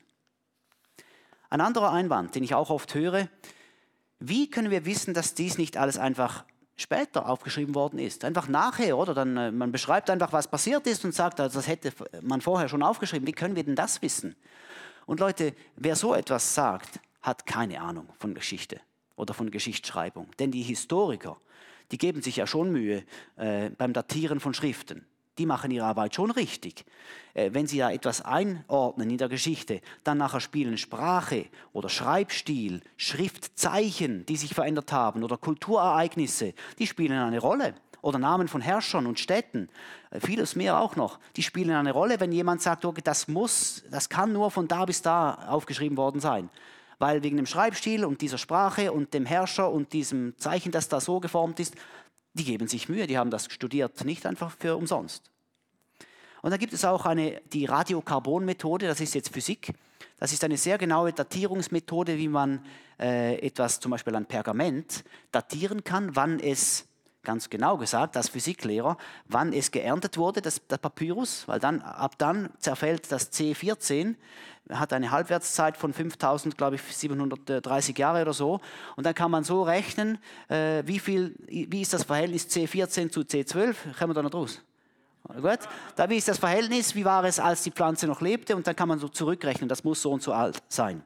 Ein anderer Einwand, den ich auch oft höre, wie können wir wissen, dass dies nicht alles einfach später aufgeschrieben worden ist? Einfach nachher, oder? Dann, man beschreibt einfach, was passiert ist und sagt, also das hätte man vorher schon aufgeschrieben. Wie können wir denn das wissen? Und Leute, wer so etwas sagt, hat keine Ahnung von Geschichte oder von Geschichtsschreibung. Denn die Historiker, die geben sich ja schon Mühe beim Datieren von Schriften. Die machen ihre Arbeit schon richtig. Wenn sie da etwas einordnen in der Geschichte, dann nachher spielen Sprache oder Schreibstil, Schriftzeichen, die sich verändert haben oder Kulturereignisse, die spielen eine Rolle. Oder Namen von Herrschern und Städten, vieles mehr auch noch, die spielen eine Rolle, wenn jemand sagt, okay, das kann nur von da bis da aufgeschrieben worden sein. Weil wegen dem Schreibstil und dieser Sprache und dem Herrscher und diesem Zeichen, das da so geformt ist, die geben sich Mühe, die haben das studiert, nicht einfach für umsonst. Und dann gibt es auch die Radiokarbon-Methode, das ist jetzt Physik. Das ist eine sehr genaue Datierungsmethode, wie man etwas, zum Beispiel ein Pergament, datieren kann, wann es, ganz genau gesagt, als Physiklehrer, wann es geerntet wurde, das Papyrus, weil ab dann zerfällt das C14, hat eine Halbwertszeit von 5.730 Jahre oder so. Und dann kann man so rechnen, wie ist das Verhältnis C14 zu C12? Kommen wir da noch raus? Gut. Wie ist das Verhältnis? Wie war es, als die Pflanze noch lebte? Und dann kann man so zurückrechnen, das muss so und so alt sein.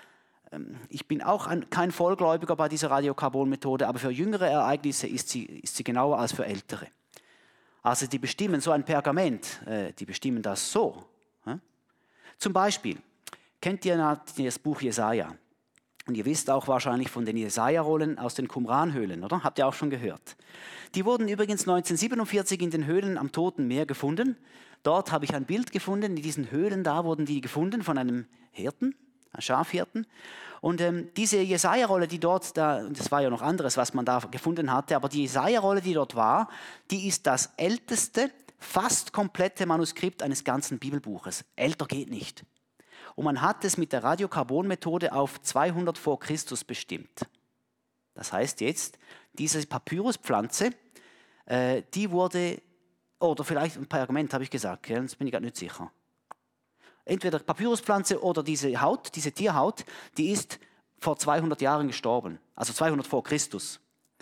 Ich bin auch kein Vollgläubiger bei dieser Radiokarbon-Methode, aber für jüngere Ereignisse ist sie genauer als für ältere. Also die bestimmen so ein Pergament, die bestimmen das so. Zum Beispiel, kennt ihr das Buch Jesaja? Und ihr wisst auch wahrscheinlich von den Jesaja-Rollen aus den Qumran-Höhlen, oder? Habt ihr auch schon gehört. Die wurden übrigens 1947 in den Höhlen am Toten Meer gefunden. Dort habe ich ein Bild gefunden, in diesen Höhlen da wurden die gefunden von einem Hirten, einem Schafhirten. Und diese Jesaja-Rolle, die dort, das war ja noch anderes, was man da gefunden hatte, aber die Jesaja-Rolle, die dort war, die ist das älteste, fast komplette Manuskript eines ganzen Bibelbuches. Älter geht nicht. Und man hat es mit der Radiokarbon-Methode auf 200 vor Christus bestimmt. Das heißt jetzt, diese Papyruspflanze, die wurde, oder vielleicht ein Pergament habe ich gesagt, jetzt bin ich gar nicht sicher. Entweder Papyruspflanze oder diese Haut, diese Tierhaut, die ist vor 200 Jahren gestorben, also 200 vor Christus.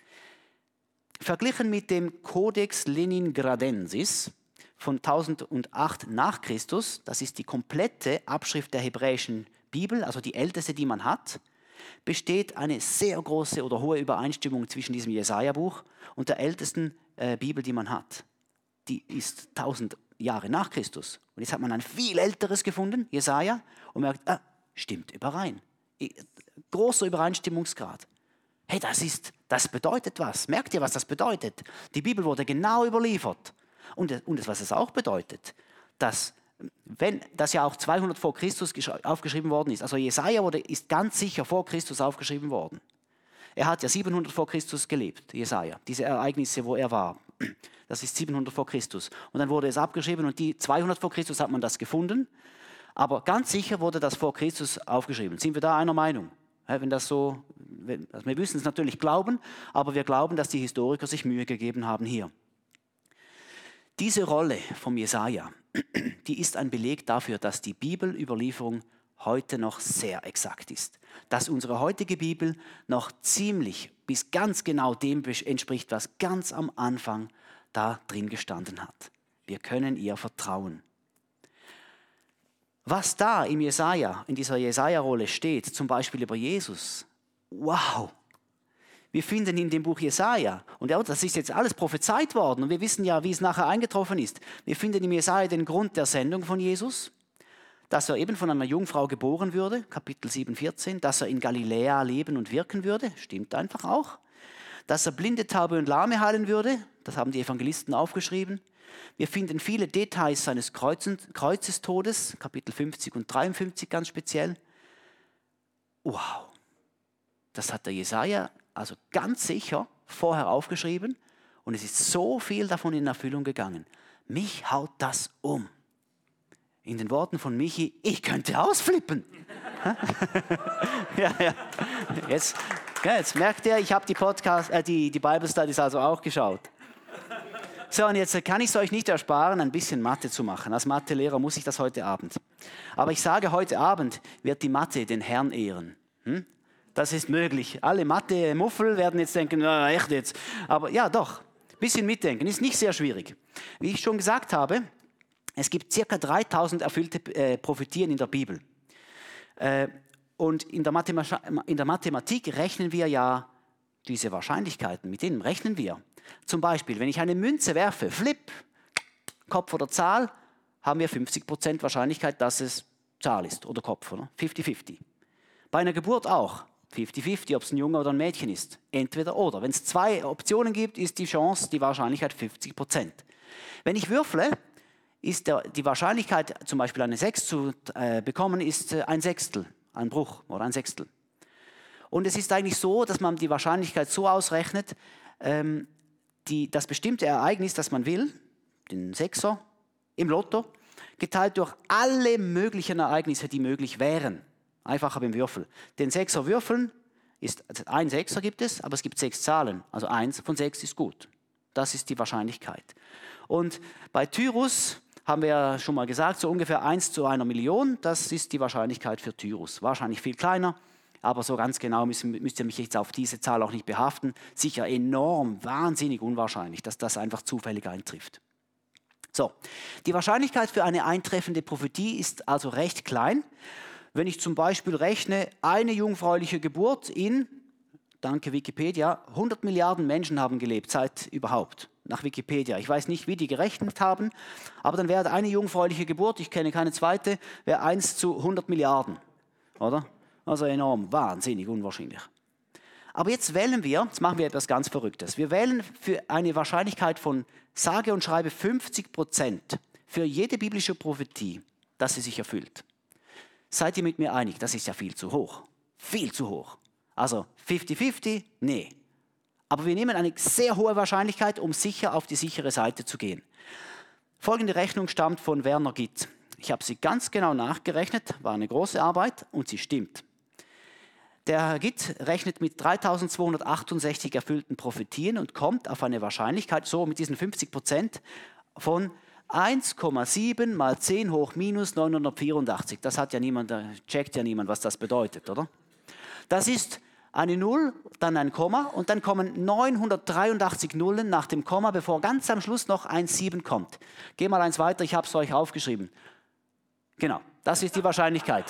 Verglichen mit dem Codex Leningradensis von 1008 nach Christus, das ist die komplette Abschrift der hebräischen Bibel, also die älteste, die man hat, besteht eine sehr große oder hohe Übereinstimmung zwischen diesem Jesaja-Buch und der ältesten Bibel, die man hat. die ist 1000 Jahre nach Christus. Und jetzt hat man ein viel älteres gefunden, Jesaja, und merkt, stimmt überein. Großer Übereinstimmungsgrad. Hey, das bedeutet was. Merkt ihr, was das bedeutet? Die Bibel wurde genau überliefert. Und was es auch bedeutet, dass wenn das ja auch 200 vor Christus aufgeschrieben worden ist, also Jesaja ist ganz sicher vor Christus aufgeschrieben worden. Er hat ja 700 vor Christus gelebt, Jesaja, diese Ereignisse, wo er war. Das ist 700 vor Christus. Und dann wurde es abgeschrieben und die 200 vor Christus hat man das gefunden. Aber ganz sicher wurde das vor Christus aufgeschrieben. Sind wir da einer Meinung? Wenn das so, wir müssen es natürlich glauben, aber wir glauben, dass die Historiker sich Mühe gegeben haben hier. Diese Rolle vom Jesaja, die ist ein Beleg dafür, dass die Bibelüberlieferung heute noch sehr exakt ist. Dass unsere heutige Bibel noch ziemlich bis ganz genau dem entspricht, was ganz am Anfang da drin gestanden hat. Wir können ihr vertrauen. Was da im Jesaja, in dieser Jesaja-Rolle steht, zum Beispiel über Jesus, wow! Wir finden in dem Buch Jesaja, und das ist jetzt alles prophezeit worden, und wir wissen ja, wie es nachher eingetroffen ist. Wir finden im Jesaja den Grund der Sendung von Jesus, dass er eben von einer Jungfrau geboren würde, Kapitel 7, 14, dass er in Galiläa leben und wirken würde, stimmt einfach auch. Dass er Blinde, Taube und Lahme heilen würde, das haben die Evangelisten aufgeschrieben. Wir finden viele Details seines Kreuzestodes, Kapitel 50 und 53 ganz speziell. Wow, das hat der Jesaja also ganz sicher vorher aufgeschrieben und es ist so viel davon in Erfüllung gegangen. Mich haut das um. In den Worten von Michi, ich könnte ausflippen. ja. Jetzt merkt ihr, ich habe die Bible Studies also auch geschaut. So, und jetzt kann ich es euch nicht ersparen, ein bisschen Mathe zu machen. Als Mathelehrer muss ich das heute Abend. Aber ich sage, heute Abend wird die Mathe den Herrn ehren. Das ist möglich. Alle Mathe-Muffel werden jetzt denken, echt jetzt. Aber ja, doch, ein bisschen mitdenken, ist nicht sehr schwierig. Wie ich schon gesagt habe, es gibt ca. 3000 erfüllte Prophetien in der Bibel. Und in der Mathematik rechnen wir ja diese Wahrscheinlichkeiten, mit denen rechnen wir. Zum Beispiel, wenn ich eine Münze werfe, Flip, Kopf oder Zahl, haben wir 50% Wahrscheinlichkeit, dass es Zahl ist oder Kopf, oder? 50-50. Bei einer Geburt auch. 50-50, ob es ein Junge oder ein Mädchen ist. Entweder oder. Wenn es 2 Optionen gibt, ist die Wahrscheinlichkeit 50%. Wenn ich würfle, ist die Wahrscheinlichkeit, zum Beispiel eine 6 zu bekommen, ist ein Sechstel, ein Bruch oder ein Sechstel. Und es ist eigentlich so, dass man die Wahrscheinlichkeit so ausrechnet, das bestimmte Ereignis, das man will, den Sechser im Lotto, geteilt durch alle möglichen Ereignisse, die möglich wären. Einfacher beim Würfel. Den Sechser würfeln, ein Sechser gibt es, aber es gibt 6 Zahlen. Also 1 von 6 ist gut. Das ist die Wahrscheinlichkeit. Und bei Tyrus haben wir ja schon mal gesagt, so ungefähr 1 zu 1 Million, das ist die Wahrscheinlichkeit für Tyrus. Wahrscheinlich viel kleiner, aber so ganz genau müsst ihr mich jetzt auf diese Zahl auch nicht behaften. Sicher enorm, wahnsinnig unwahrscheinlich, dass das einfach zufällig eintrifft. So, die Wahrscheinlichkeit für eine eintreffende Prophetie ist also recht klein. Wenn ich zum Beispiel rechne, eine jungfräuliche Geburt in, danke Wikipedia, 100 Milliarden Menschen haben gelebt, seit überhaupt, nach Wikipedia. Ich weiß nicht, wie die gerechnet haben, aber dann wäre eine jungfräuliche Geburt, ich kenne keine zweite, wäre 1 zu 100 Milliarden, oder? Also enorm, wahnsinnig unwahrscheinlich. Aber jetzt machen wir etwas ganz Verrücktes. Wir wählen für eine Wahrscheinlichkeit von sage und schreibe 50% für jede biblische Prophetie, dass sie sich erfüllt. Seid ihr mit mir einig? Das ist ja viel zu hoch. Viel zu hoch. Also 50-50? Nee. Aber wir nehmen eine sehr hohe Wahrscheinlichkeit, um sicher auf die sichere Seite zu gehen. Folgende Rechnung stammt von Werner Gitt. Ich habe sie ganz genau nachgerechnet, war eine große Arbeit und sie stimmt. Der Herr Gitt rechnet mit 3268 erfüllten Prophetien und kommt auf eine Wahrscheinlichkeit, so mit diesen 50%, von 1,7 mal 10 hoch minus 984. Das hat ja niemand, checkt ja niemand, was das bedeutet, oder? Das ist eine 0, dann ein Komma und dann kommen 983 Nullen nach dem Komma, bevor ganz am Schluss noch ein 7 kommt. Geh mal eins weiter, ich habe es euch aufgeschrieben. Genau, das ist die Wahrscheinlichkeit.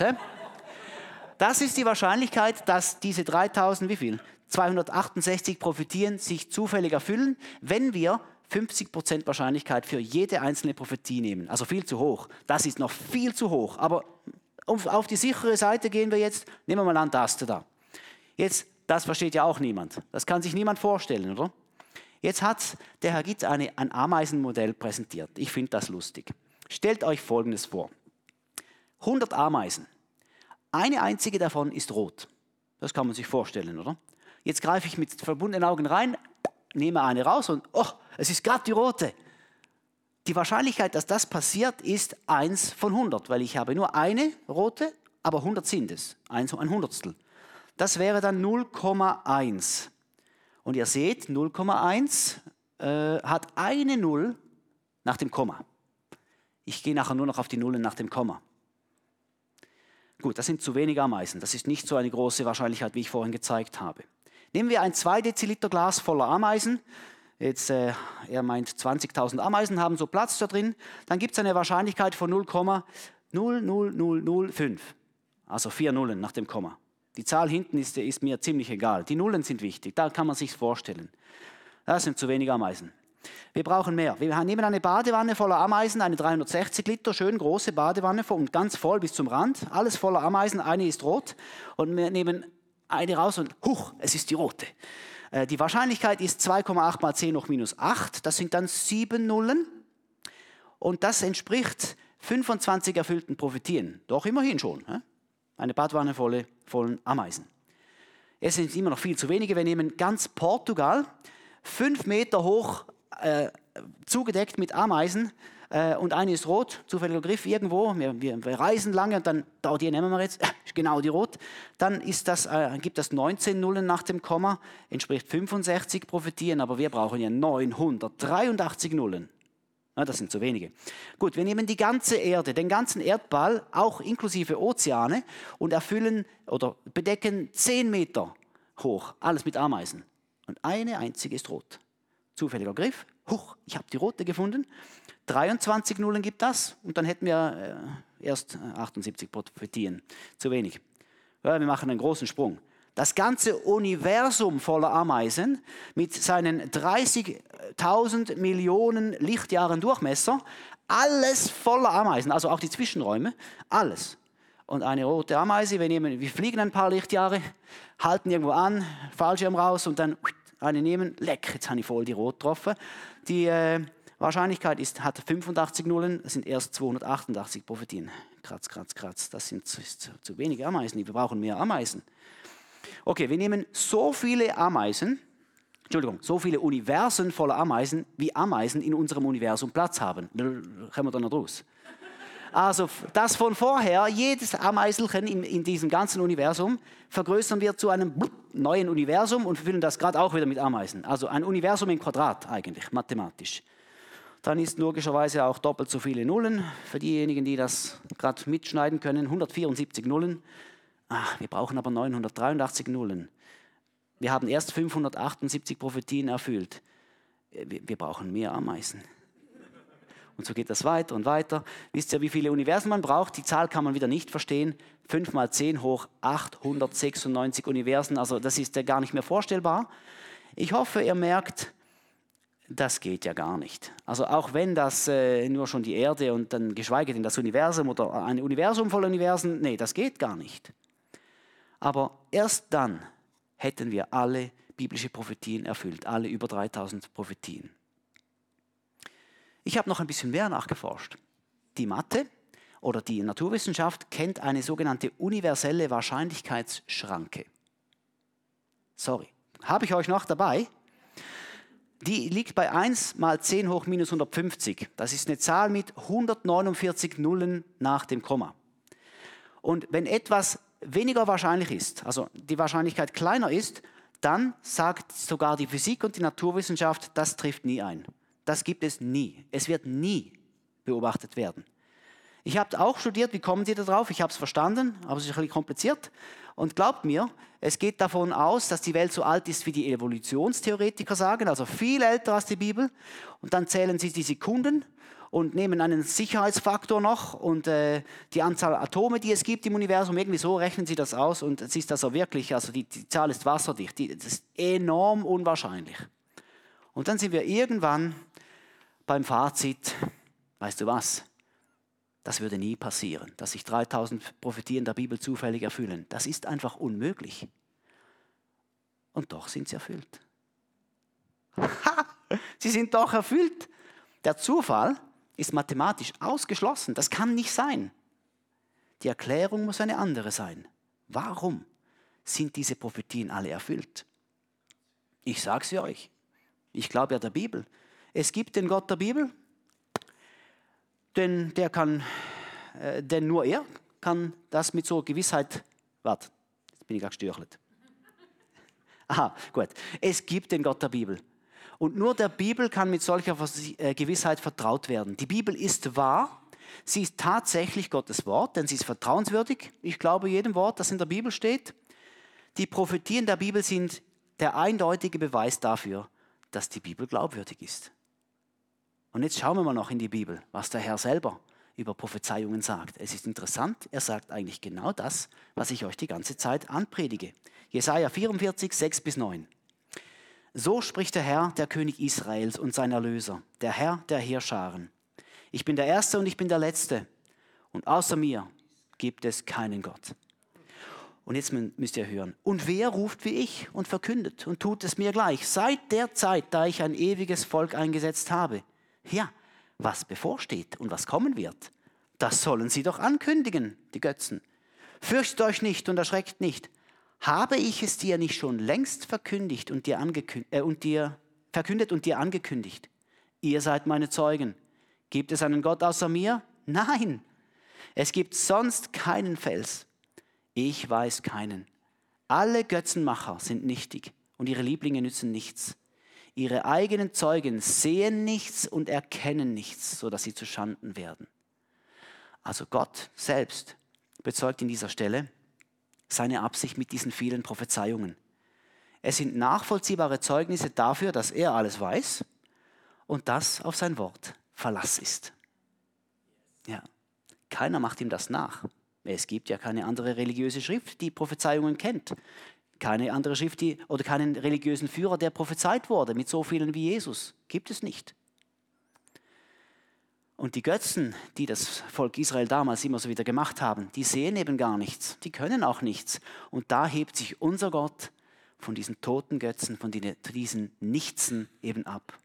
Das ist die Wahrscheinlichkeit, dass diese 268 Prophetien sich zufällig erfüllen, wenn wir 50% Wahrscheinlichkeit für jede einzelne Prophetie nehmen. Also viel zu hoch. Das ist noch viel zu hoch. Aber auf die sichere Seite gehen wir jetzt. Nehmen wir mal an, das da. Jetzt, das versteht ja auch niemand. Das kann sich niemand vorstellen, oder? Jetzt hat der Herr Gitt ein Ameisenmodell präsentiert. Ich finde das lustig. Stellt euch Folgendes vor. 100 Ameisen. Eine einzige davon ist rot. Das kann man sich vorstellen, oder? Jetzt greife ich mit verbundenen Augen rein, nehme eine raus und, oh, es ist gerade die rote. Die Wahrscheinlichkeit, dass das passiert, ist 1 von 100, weil ich habe nur eine rote, aber 100 sind es, ein Hundertstel. Das wäre dann 0,1. Und ihr seht, 0,1 hat eine Null nach dem Komma. Ich gehe nachher nur noch auf die Nullen nach dem Komma. Gut, das sind zu wenige Ameisen. Das ist nicht so eine große Wahrscheinlichkeit, wie ich vorhin gezeigt habe. Nehmen wir ein 2 Deziliter Glas voller Ameisen. Jetzt, er meint, 20.000 Ameisen haben so Platz da drin. Dann gibt es eine Wahrscheinlichkeit von 0,00005. Also 4 Nullen nach dem Komma. Die Zahl hinten ist mir ziemlich egal. Die Nullen sind wichtig, da kann man sich vorstellen. Das sind zu wenige Ameisen. Wir brauchen mehr. Wir nehmen eine Badewanne voller Ameisen, eine 360 Liter, schön große Badewanne und ganz voll bis zum Rand. Alles voller Ameisen, eine ist rot. Und wir nehmen eine raus und huch, es ist die rote. Die Wahrscheinlichkeit ist 2,8 mal 10 hoch minus 8. Das sind dann 7 Nullen. Und das entspricht 25 erfüllten Prophetien. Doch immerhin schon. Eine Badewanne vollen Ameisen. Es sind immer noch viel zu wenige. Wir nehmen ganz Portugal, 5 Meter hoch, zugedeckt mit Ameisen. Und eine ist rot, zufälliger Griff irgendwo. Wir reisen lange und dann, die nehmen wir jetzt, genau die rot. Dann gibt das 19 Nullen nach dem Komma, entspricht 65 Prophetien, aber wir brauchen ja 983 Nullen. Das sind zu wenige. Gut, wir nehmen die ganze Erde, den ganzen Erdball, auch inklusive Ozeane, und erfüllen oder bedecken 10 Meter hoch, alles mit Ameisen. Und eine einzige ist rot. Zufälliger Griff, huch, ich habe die rote gefunden. 23 Nullen gibt das und dann hätten wir erst 78 Prophetien. Zu wenig. Ja, wir machen einen großen Sprung. Das ganze Universum voller Ameisen mit seinen 30.000 Millionen Lichtjahren Durchmesser, alles voller Ameisen, also auch die Zwischenräume, alles. Und eine rote Ameise, wir fliegen ein paar Lichtjahre, halten irgendwo an, Fallschirm raus und dann eine nehmen, leck, jetzt habe ich voll die rot getroffen. Die Wahrscheinlichkeit hat 85 Nullen, das sind erst 288 Prophetien. Kratz, kratz, kratz, das sind zu wenige Ameisen, wir brauchen mehr Ameisen. Okay, wir nehmen so viele Universen voller Ameisen, wie Ameisen in unserem Universum Platz haben. Da kommen wir dann noch raus. Also das von vorher, jedes Ameiselchen in diesem ganzen Universum, vergrößern wir zu einem neuen Universum und füllen das gerade auch wieder mit Ameisen. Also ein Universum im Quadrat eigentlich, mathematisch. Dann ist logischerweise auch doppelt so viele Nullen. Für diejenigen, die das gerade mitschneiden können, 174 Nullen. Wir brauchen aber 983 Nullen. Wir haben erst 578 Prophetien erfüllt. Wir brauchen mehr Ameisen. Und so geht das weiter und weiter. Wisst ihr, wie viele Universen man braucht? Die Zahl kann man wieder nicht verstehen. 5 mal 10 hoch 896 Universen. Also das ist ja gar nicht mehr vorstellbar. Ich hoffe, ihr merkt, das geht ja gar nicht. Also auch wenn das nur schon die Erde und dann geschweige denn das Universum oder ein Universum voller Universen, nee, das geht gar nicht. Aber erst dann hätten wir alle biblische Prophetien erfüllt, alle über 3000 Prophetien. Ich habe noch ein bisschen mehr nachgeforscht. Die Mathe oder die Naturwissenschaft kennt eine sogenannte universelle Wahrscheinlichkeitsschranke. Sorry, habe ich euch noch dabei? Die liegt bei 1 mal 10 hoch minus 150. Das ist eine Zahl mit 149 Nullen nach dem Komma. Und wenn etwas weniger wahrscheinlich ist, also die Wahrscheinlichkeit kleiner ist, dann sagt sogar die Physik und die Naturwissenschaft, das trifft nie ein. Das gibt es nie. Es wird nie beobachtet werden. Ich habe auch studiert, wie kommen Sie da drauf? Ich habe es verstanden, aber es ist ein bisschen kompliziert. Und glaubt mir, es geht davon aus, dass die Welt so alt ist, wie die Evolutionstheoretiker sagen, also viel älter als die Bibel. Und dann zählen sie die Sekunden und nehmen einen Sicherheitsfaktor noch und die Anzahl Atome, die es gibt im Universum, irgendwie so rechnen sie das aus. Und es ist also wirklich, also die Zahl ist wasserdicht, das ist enorm unwahrscheinlich. Und dann sind wir irgendwann beim Fazit, weißt du was? Das würde nie passieren, dass sich 3000 Prophetien der Bibel zufällig erfüllen. Das ist einfach unmöglich. Und doch sind sie erfüllt. Sie sind doch erfüllt. Der Zufall ist mathematisch ausgeschlossen. Das kann nicht sein. Die Erklärung muss eine andere sein. Warum sind diese Prophetien alle erfüllt? Ich sage sie euch. Ich glaube ja der Bibel. Es gibt den Gott der Bibel, denn nur er kann das mit so Gewissheit. Warte, jetzt bin ich gerade gestürchelt. Aha, gut. Es gibt den Gott der Bibel. Und nur der Bibel kann mit solcher Gewissheit vertraut werden. Die Bibel ist wahr. Sie ist tatsächlich Gottes Wort, denn sie ist vertrauenswürdig. Ich glaube jedem Wort, das in der Bibel steht. Die Prophetien der Bibel sind der eindeutige Beweis dafür, dass die Bibel glaubwürdig ist. Und jetzt schauen wir mal noch in die Bibel, was der Herr selber über Prophezeiungen sagt. Es ist interessant, er sagt eigentlich genau das, was ich euch die ganze Zeit anpredige. Jesaja 44, 6-9. So spricht der Herr, der König Israels und sein Erlöser, der Herr der Heerscharen. Ich bin der Erste und ich bin der Letzte. Und außer mir gibt es keinen Gott. Und jetzt müsst ihr hören. Und wer ruft wie ich und verkündet und tut es mir gleich, seit der Zeit, da ich ein ewiges Volk eingesetzt habe? Ja, was bevorsteht und was kommen wird, das sollen sie doch ankündigen, die Götzen. Fürchtet euch nicht und erschreckt nicht. Habe ich es dir nicht schon längst verkündigt und dir verkündet und dir angekündigt? Ihr seid meine Zeugen. Gibt es einen Gott außer mir? Nein, es gibt sonst keinen Fels. Ich weiß keinen. Alle Götzenmacher sind nichtig und ihre Lieblinge nützen nichts. Ihre eigenen Zeugen sehen nichts und erkennen nichts, sodass sie zu Schanden werden. Also Gott selbst bezeugt in dieser Stelle seine Absicht mit diesen vielen Prophezeiungen. Es sind nachvollziehbare Zeugnisse dafür, dass er alles weiß und dass auf sein Wort Verlass ist. Ja, keiner macht ihm das nach. Es gibt ja keine andere religiöse Schrift, die Prophezeiungen kennt. Keine andere Schrift oder keinen religiösen Führer, der prophezeit wurde, mit so vielen wie Jesus. Gibt es nicht. Und die Götzen, die das Volk Israel damals immer so wieder gemacht haben, die sehen eben gar nichts. Die können auch nichts. Und da hebt sich unser Gott von diesen toten Götzen, von diesen Nichtsen eben ab.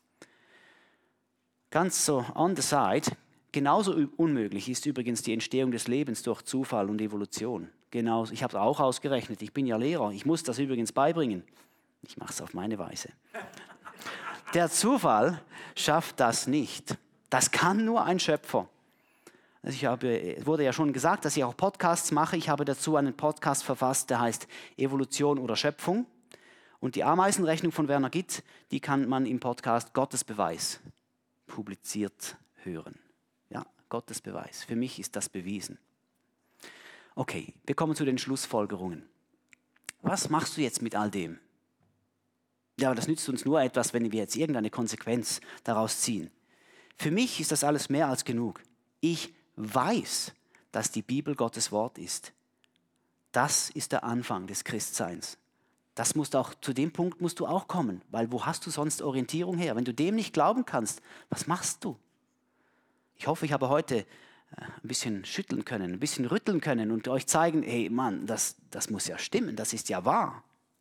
Ganz so on the side, genauso unmöglich ist übrigens die Entstehung des Lebens durch Zufall und Evolution. Genau, ich habe es auch ausgerechnet, ich bin ja Lehrer, ich muss das übrigens beibringen. Ich mache es auf meine Weise. Der Zufall schafft das nicht. Das kann nur ein Schöpfer. Also wurde ja schon gesagt, dass ich auch Podcasts mache. Ich habe dazu einen Podcast verfasst, der heißt Evolution oder Schöpfung. Und die Ameisenrechnung von Werner Gitt, die kann man im Podcast Gottes Beweis publiziert hören. Ja, Gottes Beweis. Für mich ist das bewiesen. Okay, wir kommen zu den Schlussfolgerungen. Was machst du jetzt mit all dem? Ja, aber das nützt uns nur etwas, wenn wir jetzt irgendeine Konsequenz daraus ziehen. Für mich ist das alles mehr als genug. Ich weiß, dass die Bibel Gottes Wort ist. Das ist der Anfang des Christseins. Zu dem Punkt musst du auch kommen, weil wo hast du sonst Orientierung her? Wenn du dem nicht glauben kannst, was machst du? Ich hoffe, ich habe heute ein bisschen schütteln können, ein bisschen rütteln können und euch zeigen, hey Mann, das muss ja stimmen, das ist ja wahr.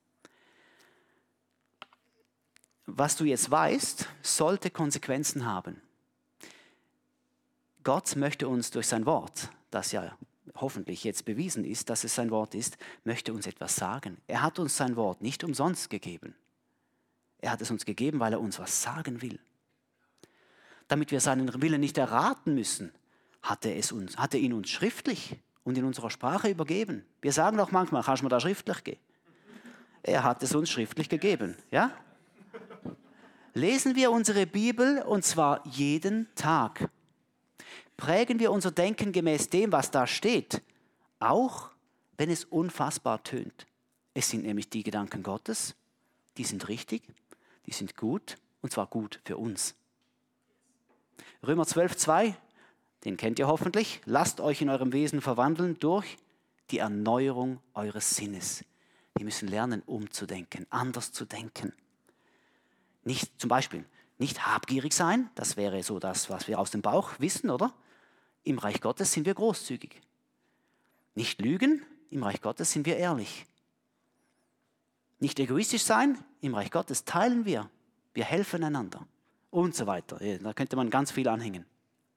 Was du jetzt weißt, sollte Konsequenzen haben. Gott möchte uns durch sein Wort, das ja hoffentlich jetzt bewiesen ist, dass es sein Wort ist, möchte uns etwas sagen. Er hat uns sein Wort nicht umsonst gegeben. Er hat es uns gegeben, weil er uns was sagen will. Damit wir seinen Willen nicht erraten müssen, hat er ihn uns schriftlich und in unserer Sprache übergeben. Wir sagen doch manchmal, kannst du mir das schriftlich geben? Er hat es uns schriftlich gegeben. Ja? Lesen wir unsere Bibel und zwar jeden Tag. Prägen wir unser Denken gemäß dem, was da steht, auch wenn es unfassbar tönt. Es sind nämlich die Gedanken Gottes, die sind richtig, die sind gut und zwar gut für uns. Römer 12,2, den kennt ihr hoffentlich. Lasst euch in eurem Wesen verwandeln durch die Erneuerung eures Sinnes. Wir müssen lernen, umzudenken, anders zu denken. Nicht zum Beispiel, Nicht habgierig sein, das wäre so das, was wir aus dem Bauch wissen, oder? Im Reich Gottes sind wir großzügig. Nicht lügen, im Reich Gottes sind wir ehrlich. Nicht egoistisch sein, im Reich Gottes teilen wir. Wir helfen einander und so weiter. Da könnte man ganz viel anhängen.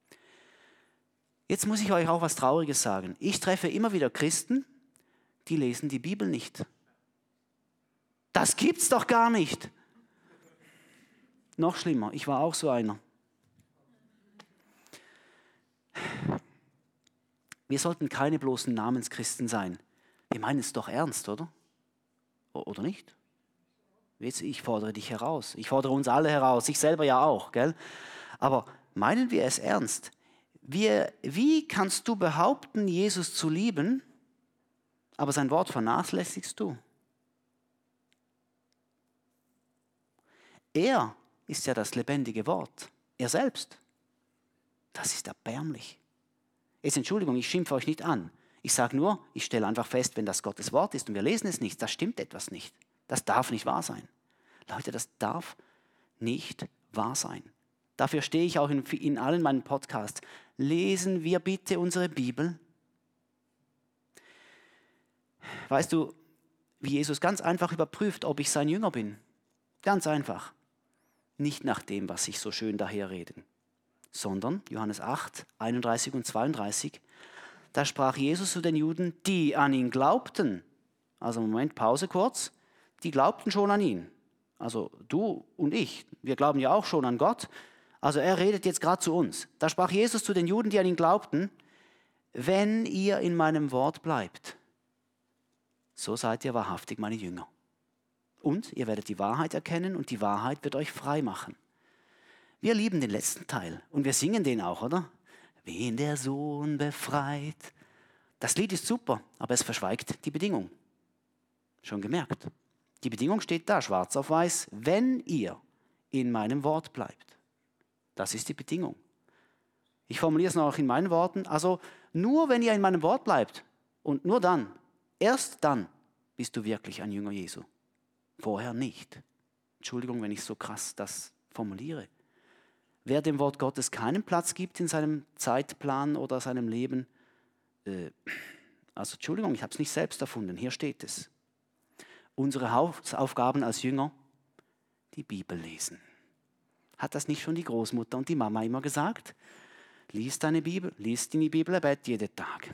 Jetzt muss ich euch auch was Trauriges sagen. Ich treffe immer wieder Christen, die lesen die Bibel nicht. Das gibt's doch gar nicht. Noch schlimmer, ich war auch so einer. Wir sollten keine bloßen Namenschristen sein. Wir meinen es doch ernst, oder? Oder nicht? Jetzt, ich fordere dich heraus. Ich fordere uns alle heraus. Ich selber ja auch, gell? Aber meinen wir es ernst? Wie kannst du behaupten, Jesus zu lieben, aber sein Wort vernachlässigst du? Er ist ja das lebendige Wort. Er selbst. Das ist erbärmlich. Jetzt Entschuldigung, ich schimpfe euch nicht an. Ich sage nur, ich stelle einfach fest, wenn das Gottes Wort ist und wir lesen es nicht, da stimmt etwas nicht. Das darf nicht wahr sein. Leute, das darf nicht wahr sein. Dafür stehe ich auch in allen meinen Podcasts. Lesen wir bitte unsere Bibel. Weißt du, wie Jesus ganz einfach überprüft, ob ich sein Jünger bin? Ganz einfach. Nicht nach dem, was sich so schön daherreden, sondern Johannes 8, 31 und 32, da sprach Jesus zu den Juden, die an ihn glaubten. Also Moment, Pause kurz. Die glaubten schon an ihn. Also du und ich, wir glauben ja auch schon an Gott. Also er redet jetzt gerade zu uns. Da sprach Jesus zu den Juden, die an ihn glaubten, wenn ihr in meinem Wort bleibt, so seid ihr wahrhaftig meine Jünger. Und ihr werdet die Wahrheit erkennen und die Wahrheit wird euch frei machen. Wir lieben den letzten Teil und wir singen den auch, oder? Wen der Sohn befreit. Das Lied ist super, aber es verschweigt die Bedingung. Schon gemerkt? Die Bedingung steht da, schwarz auf weiß, wenn ihr in meinem Wort bleibt. Das ist die Bedingung. Ich formuliere es noch in meinen Worten. Also nur wenn ihr in meinem Wort bleibt und nur dann, erst dann bist du wirklich ein Jünger Jesu. Vorher nicht. Entschuldigung, wenn ich so krass das formuliere. Wer dem Wort Gottes keinen Platz gibt in seinem Zeitplan oder seinem Leben, also Entschuldigung, ich habe es nicht selbst erfunden, hier steht es. Unsere Hausaufgaben als Jünger, die Bibel lesen. Hat das nicht schon die Großmutter und die Mama immer gesagt? Lies deine Bibel, lies die Bibel im Bett jeden Tag.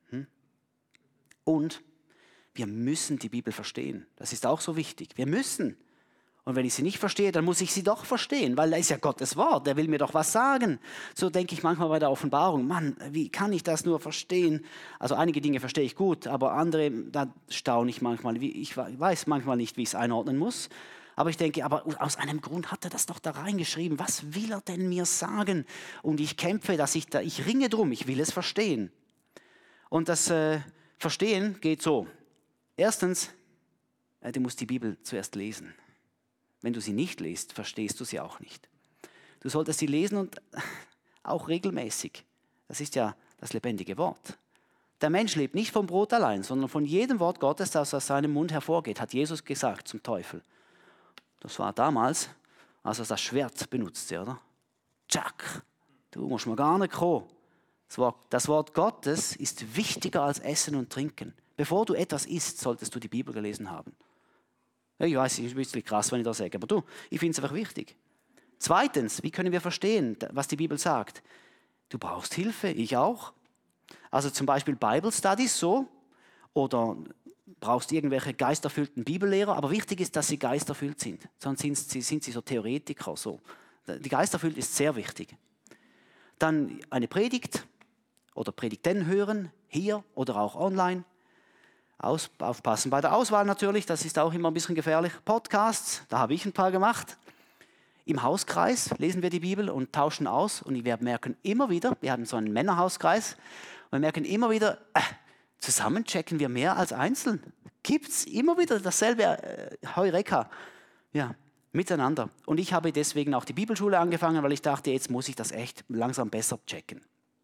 Und wir müssen die Bibel verstehen. Das ist auch so wichtig. Wir müssen. Und wenn ich sie nicht verstehe, dann muss ich sie doch verstehen, weil da ist ja Gottes Wort, der will mir doch was sagen. So denke ich manchmal bei der Offenbarung, Mann, wie kann ich das nur verstehen? Also einige Dinge verstehe ich gut, aber andere, da staune ich manchmal. Ich weiß manchmal nicht, wie ich es einordnen muss. Aber ich denke, aber aus einem Grund hat er das doch da reingeschrieben. Was will er denn mir sagen? Und ich kämpfe, ich ringe drum, ich will es verstehen. Und das Verstehen geht so. Erstens, du musst die Bibel zuerst lesen. Wenn du sie nicht liest, verstehst du sie auch nicht. Du solltest sie lesen und auch regelmäßig. Das ist ja das lebendige Wort. Der Mensch lebt nicht vom Brot allein, sondern von jedem Wort Gottes, das aus seinem Mund hervorgeht, hat Jesus gesagt zum Teufel. Das war damals, als er das Schwert benutzte, oder? Tschack, du musst mir gar nicht kommen. Das Wort Gottes ist wichtiger als Essen und Trinken. Bevor du etwas isst, solltest du die Bibel gelesen haben. Ja, ich weiß, es ist ein bisschen krass, wenn ich das sage, aber ich finde es einfach wichtig. Zweitens, wie können wir verstehen, was die Bibel sagt? Du brauchst Hilfe, ich auch. Also zum Beispiel Bible Studies so oder brauchst irgendwelche geisterfüllten Bibellehrer, aber wichtig ist, dass sie geisterfüllt sind. Sonst sind sie so Theoretiker. So. Die geisterfüllt ist sehr wichtig. Dann eine Predigt oder Predigten hören, hier oder auch online. Aufpassen bei der Auswahl natürlich, das ist auch immer ein bisschen gefährlich. Podcasts, da habe ich ein paar gemacht. Im Hauskreis lesen wir die Bibel und tauschen aus. Und wir merken immer wieder, wir haben so einen Männerhauskreis, und wir merken immer wieder, zusammen checken wir mehr als einzeln. Gibt es immer wieder dasselbe Heureka. Ja, miteinander. Und ich habe deswegen auch die Bibelschule angefangen, weil ich dachte, jetzt muss ich das echt langsam besser checken.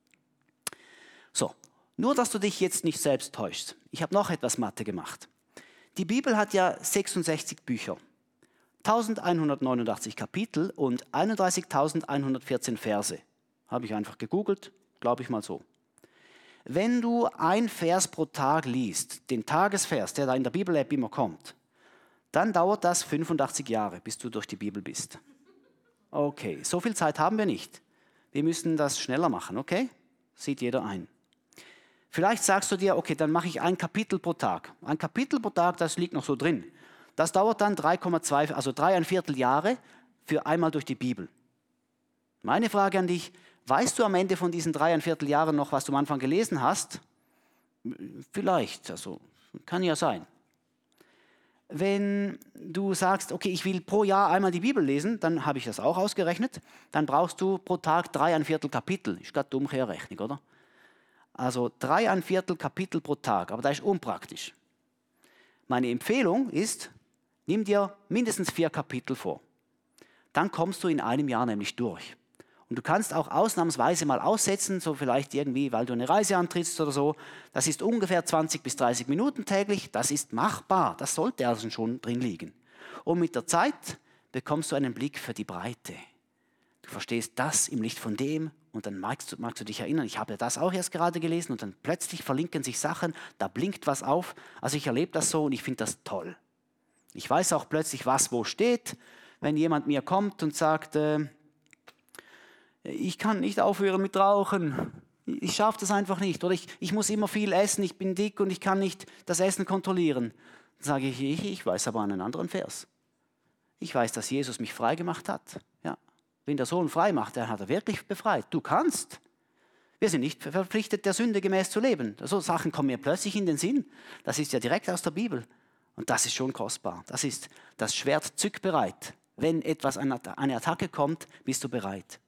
So, nur dass du dich jetzt nicht selbst täuschst. Ich habe noch etwas Mathe gemacht. Die Bibel hat ja 66 Bücher. 1189 Kapitel und 31.114 Verse. Habe ich einfach gegoogelt, glaube ich mal so. Wenn du ein Vers pro Tag liest, den Tagesvers, der da in der Bibel-App immer kommt, dann dauert das 85 Jahre, bis du durch die Bibel bist. Okay, so viel Zeit haben wir nicht. Wir müssen das schneller machen, okay? Sieht jeder ein. Vielleicht sagst du dir, okay, dann mache ich ein Kapitel pro Tag. Ein Kapitel pro Tag, das liegt noch so drin. Das dauert dann 3,2, also 3,25 Jahre für einmal durch die Bibel. Meine Frage an dich, weißt du am Ende von diesen 3,25 Jahren noch, was du am Anfang gelesen hast? Vielleicht, also kann ja sein. Wenn du sagst, okay, ich will pro Jahr einmal die Bibel lesen, dann habe ich das auch ausgerechnet, dann brauchst du pro Tag 3,25 Kapitel. Ist gerade dumm Rechnung, oder? Also 3,25 Kapitel pro Tag, aber das ist unpraktisch. Meine Empfehlung ist, nimm dir mindestens 4 Kapitel vor. Dann kommst du in einem Jahr nämlich durch. Und du kannst auch ausnahmsweise mal aussetzen, so vielleicht irgendwie, weil du eine Reise antrittst oder so. Das ist ungefähr 20 bis 30 Minuten täglich. Das ist machbar. Das sollte also schon drin liegen. Und mit der Zeit bekommst du einen Blick für die Breite. Du verstehst das im Licht von dem und dann magst du dich erinnern, ich habe das auch erst gerade gelesen und dann plötzlich verlinken sich Sachen, da blinkt was auf. Also ich erlebe das so und ich finde das toll. Ich weiß auch plötzlich, was wo steht. Wenn jemand mir kommt und sagt, ich kann nicht aufhören mit Rauchen, ich schaffe das einfach nicht. Oder ich muss immer viel essen, ich bin dick und ich kann nicht das Essen kontrollieren. Dann sage ich weiß aber einen anderen Vers. Ich weiß, dass Jesus mich frei gemacht hat. Ja. Wenn der Sohn frei macht, dann hat er wirklich befreit. Du kannst. Wir sind nicht verpflichtet, der Sünde gemäß zu leben. So Sachen kommen mir plötzlich in den Sinn. Das ist ja direkt aus der Bibel. Und das ist schon kostbar. Das ist das Schwert zückbereit. Wenn etwas, eine Attacke kommt, bist du bereit.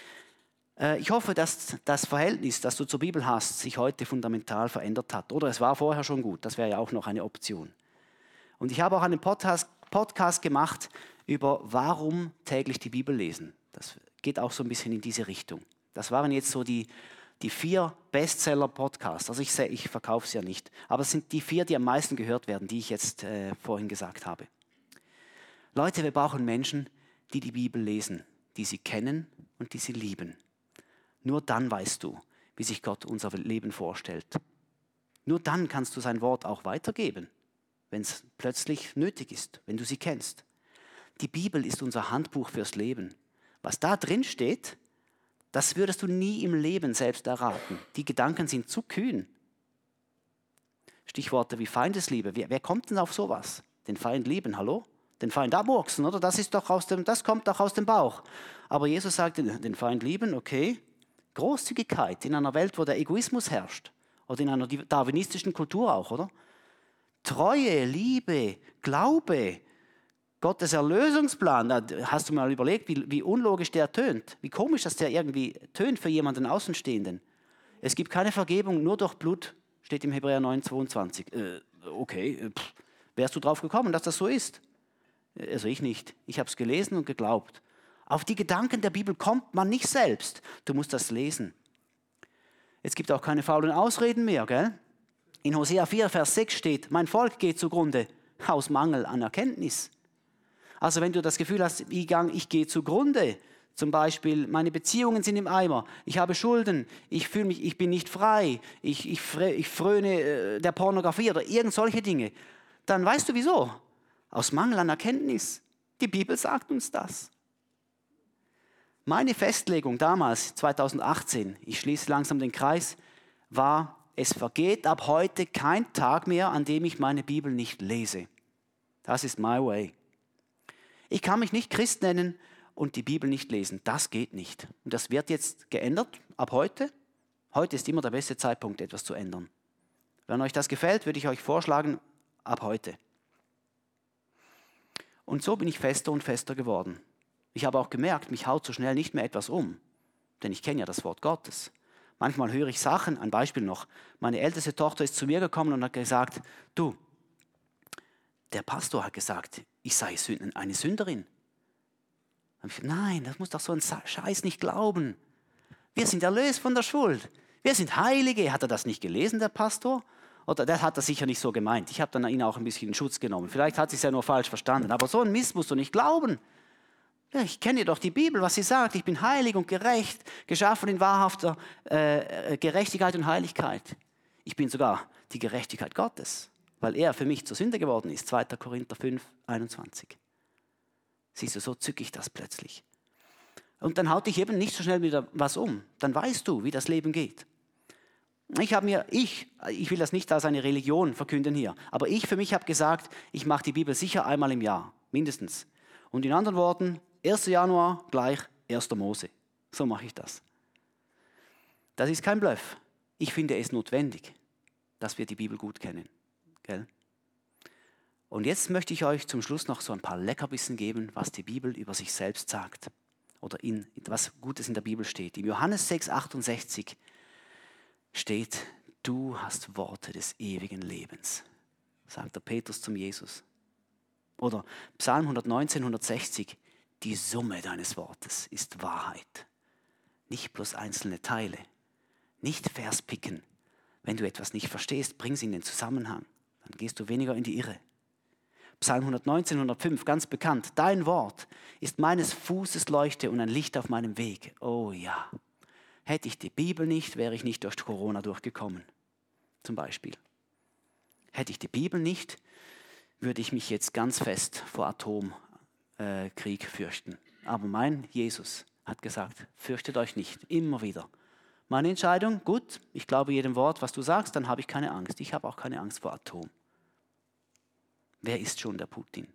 Ich hoffe, dass das Verhältnis, das du zur Bibel hast, sich heute fundamental verändert hat. Oder es war vorher schon gut, das wäre ja auch noch eine Option. Und ich habe auch einen Podcast gemacht über warum täglich die Bibel lesen. Das geht auch so ein bisschen in diese Richtung. Das waren jetzt so die 4 Bestseller-Podcasts. Also ich verkaufe es ja nicht. Aber es sind die 4, die am meisten gehört werden, die ich jetzt vorhin gesagt habe. Leute, wir brauchen Menschen, die die Bibel lesen, die sie kennen und die sie lieben. Nur dann weißt du, wie sich Gott unser Leben vorstellt. Nur dann kannst du sein Wort auch weitergeben, wenn es plötzlich nötig ist, wenn du sie kennst. Die Bibel ist unser Handbuch fürs Leben. Was da drin steht, das würdest du nie im Leben selbst erraten. Die Gedanken sind zu kühn. Stichworte wie Feindesliebe. Wer kommt denn auf sowas? Den Feind lieben, hallo? Den Feind abmurksen, oder? Das kommt doch aus dem Bauch. Aber Jesus sagt, den Feind lieben, okay. Großzügigkeit in einer Welt, wo der Egoismus herrscht. Oder in einer darwinistischen Kultur auch, oder? Treue, Liebe, Glaube, Gottes Erlösungsplan. Da hast du mal überlegt, wie unlogisch der tönt. Wie komisch, dass der irgendwie tönt für jemanden Außenstehenden. Es gibt keine Vergebung, nur durch Blut, steht im Hebräer 9,22. Okay, wärst du drauf gekommen, dass das so ist? Also ich nicht. Ich habe es gelesen und geglaubt. Auf die Gedanken der Bibel kommt man nicht selbst. Du musst das lesen. Es gibt auch keine faulen Ausreden mehr, gell? In Hosea 4, Vers 6 steht, mein Volk geht zugrunde aus Mangel an Erkenntnis. Also wenn du das Gefühl hast, ich gehe zugrunde, zum Beispiel, meine Beziehungen sind im Eimer, ich habe Schulden, ich bin nicht frei, ich fröne der Pornografie oder irgend solche Dinge, dann weißt du wieso? Aus Mangel an Erkenntnis. Die Bibel sagt uns das. Meine Festlegung damals, 2018, ich schließe langsam den Kreis, war, es vergeht ab heute kein Tag mehr, an dem ich meine Bibel nicht lese. Das ist my way. Ich kann mich nicht Christ nennen und die Bibel nicht lesen. Das geht nicht. Und das wird jetzt geändert ab heute. Heute ist immer der beste Zeitpunkt, etwas zu ändern. Wenn euch das gefällt, würde ich euch vorschlagen, ab heute. Und so bin ich fester und fester geworden. Ich habe auch gemerkt, mich haut so schnell nicht mehr etwas um, denn ich kenne ja das Wort Gottes. Manchmal höre ich Sachen, ein Beispiel noch. Meine älteste Tochter ist zu mir gekommen und hat gesagt, du, der Pastor hat gesagt, ich sei eine Sünderin. Da habe ich gesagt, nein, das muss doch so ein Scheiß nicht glauben. Wir sind erlöst von der Schuld. Wir sind Heilige. Hat er das nicht gelesen, der Pastor? Oder das hat er sicher nicht so gemeint. Ich habe dann ihn auch ein bisschen in Schutz genommen. Vielleicht hat sie es ja nur falsch verstanden. Aber so ein Mist musst du nicht glauben. Ja, ich kenne doch die Bibel, was sie sagt. Ich bin heilig und gerecht, geschaffen in wahrhafter Gerechtigkeit und Heiligkeit. Ich bin sogar die Gerechtigkeit Gottes, weil er für mich zur Sünde geworden ist. 2. Korinther 5, 21. Siehst du, so zücke ich das plötzlich. Und dann haut dich eben nicht so schnell wieder was um. Dann weißt du, wie das Leben geht. Ich will das nicht als eine Religion verkünden hier, aber ich für mich habe gesagt, ich mache die Bibel sicher einmal im Jahr, mindestens. Und in anderen Worten, 1. Januar gleich 1. Mose. So mache ich das. Das ist kein Bluff. Ich finde es notwendig, dass wir die Bibel gut kennen. Gell? Und jetzt möchte ich euch zum Schluss noch so ein paar Leckerbissen geben, was die Bibel über sich selbst sagt. Oder was Gutes in der Bibel steht. Im Johannes 6, 68 steht, du hast Worte des ewigen Lebens, sagt der Petrus zum Jesus. Oder Psalm 119, 160, die Summe deines Wortes ist Wahrheit. Nicht bloß einzelne Teile, nicht Verspicken. Wenn du etwas nicht verstehst, bring es in den Zusammenhang, dann gehst du weniger in die Irre. Psalm 119, 105, ganz bekannt, dein Wort ist meines Fußes Leuchte und ein Licht auf meinem Weg. Oh ja. Hätte ich die Bibel nicht, wäre ich nicht durch Corona durchgekommen, zum Beispiel. Hätte ich die Bibel nicht, würde ich mich jetzt ganz fest vor Atomkrieg fürchten. Aber mein Jesus hat gesagt, fürchtet euch nicht, immer wieder. Meine Entscheidung, gut, ich glaube jedem Wort, was du sagst, dann habe ich keine Angst. Ich habe auch keine Angst vor Atom. Wer ist schon der Putin?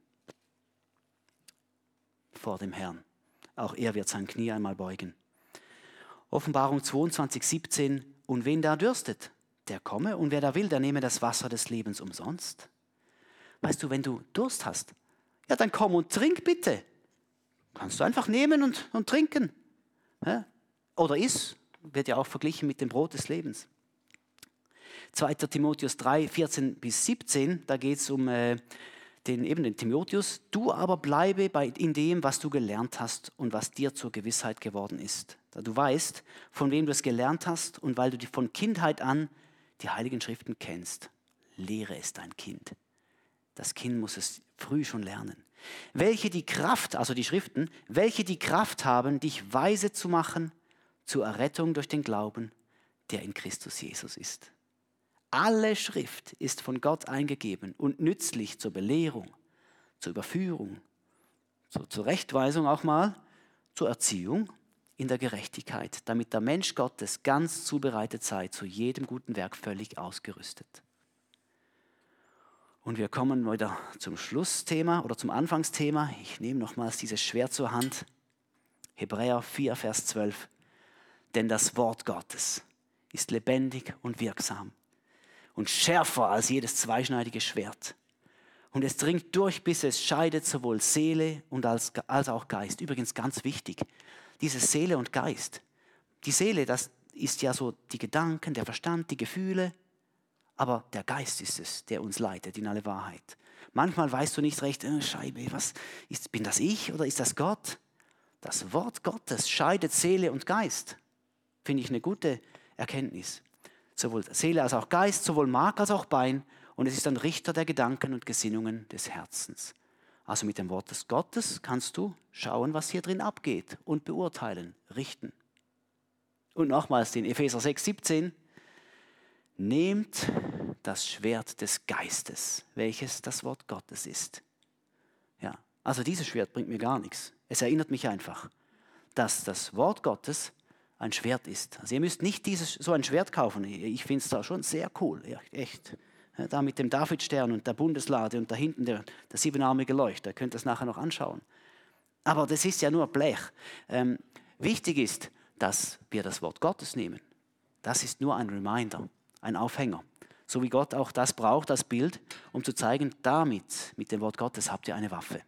Vor dem Herrn. Auch er wird sein Knie einmal beugen. Offenbarung 22, 17. Und wen da dürstet, der komme, und wer da will, der nehme das Wasser des Lebens umsonst. Weißt du, wenn du Durst hast, ja, dann komm und trink bitte. Kannst du einfach nehmen und trinken. Ja? Oder iss, wird ja auch verglichen mit dem Brot des Lebens. 2. Timotheus 3, 14 bis 17, da geht es um den Timotheus. Du aber bleibe in dem, was du gelernt hast und was dir zur Gewissheit geworden ist. Da du weißt, von wem du es gelernt hast und weil du von Kindheit an die Heiligen Schriften kennst. Lehre es dein Kind. Das Kind muss es früh schon lernen. Welche die Kraft, also die Schriften, welche die Kraft haben, dich weise zu machen zur Errettung durch den Glauben, der in Christus Jesus ist. Alle Schrift ist von Gott eingegeben und nützlich zur Belehrung, zur Überführung, zur Zurechtweisung auch mal, zur Erziehung in der Gerechtigkeit, damit der Mensch Gottes ganz zubereitet sei, zu jedem guten Werk völlig ausgerüstet. Und wir kommen wieder zum Schlussthema oder zum Anfangsthema. Ich nehme nochmals dieses Schwert zur Hand. Hebräer 4, Vers 12. Denn das Wort Gottes ist lebendig und wirksam und schärfer als jedes zweischneidige Schwert. Und es dringt durch, bis es scheidet sowohl Seele und als auch Geist. Übrigens ganz wichtig, diese Seele und Geist. Die Seele, das ist ja so die Gedanken, der Verstand, die Gefühle. Aber der Geist ist es, der uns leitet in alle Wahrheit. Manchmal weißt du nicht recht, Scheibe, bin das ich oder ist das Gott? Das Wort Gottes scheidet Seele und Geist. Finde ich eine gute Erkenntnis. Sowohl Seele als auch Geist, sowohl Mark als auch Bein. Und es ist ein Richter der Gedanken und Gesinnungen des Herzens. Also mit dem Wort des Gottes kannst du schauen, was hier drin abgeht und beurteilen, richten. Und nochmals den Epheser 6, 17. Nehmt das Schwert des Geistes, welches das Wort Gottes ist. Ja, also dieses Schwert bringt mir gar nichts. Es erinnert mich einfach, dass das Wort Gottes ein Schwert ist. Also ihr müsst nicht so ein Schwert kaufen. Ich finde es da schon sehr cool, echt. Ja, da mit dem Davidstern und der Bundeslade und da hinten der siebenarmige Leuchter. Ihr könnt das nachher noch anschauen. Aber das ist ja nur Blech. Wichtig ist, dass wir das Wort Gottes nehmen. Das ist nur ein Reminder, ein Aufhänger. So wie Gott auch das braucht als Bild, um zu zeigen, mit dem Wort Gottes habt ihr eine Waffe.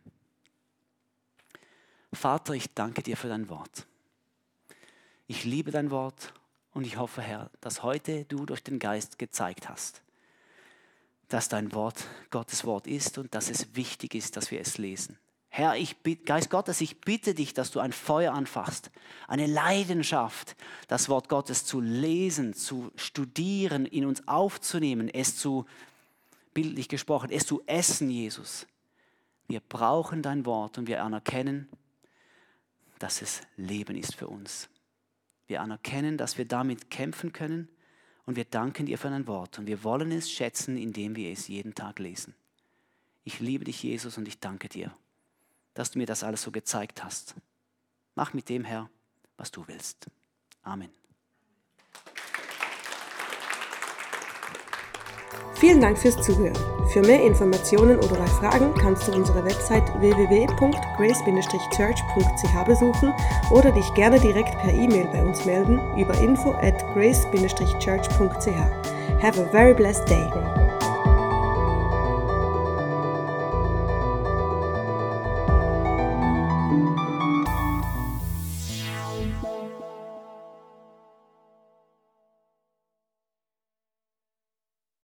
Vater, ich danke dir für dein Wort. Ich liebe dein Wort und ich hoffe, Herr, dass heute du durch den Geist gezeigt hast, dass dein Wort Gottes Wort ist und dass es wichtig ist, dass wir es lesen. Herr, Geist Gottes, ich bitte dich, dass du ein Feuer anfachst, eine Leidenschaft, das Wort Gottes zu lesen, zu studieren, in uns aufzunehmen, es zu, bildlich gesprochen, es zu essen, Jesus. Wir brauchen dein Wort und wir anerkennen, dass es Leben ist für uns. Wir anerkennen, dass wir damit kämpfen können und wir danken dir für dein Wort und wir wollen es schätzen, indem wir es jeden Tag lesen. Ich liebe dich, Jesus, und ich danke dir, dass du mir das alles so gezeigt hast. Mach mit dem, Herr, was du willst. Amen. Vielen Dank fürs Zuhören. Für mehr Informationen oder bei Fragen kannst du unsere Website www.grace-church.ch besuchen oder dich gerne direkt per E-Mail bei uns melden über info@grace-church.ch. Have a very blessed day.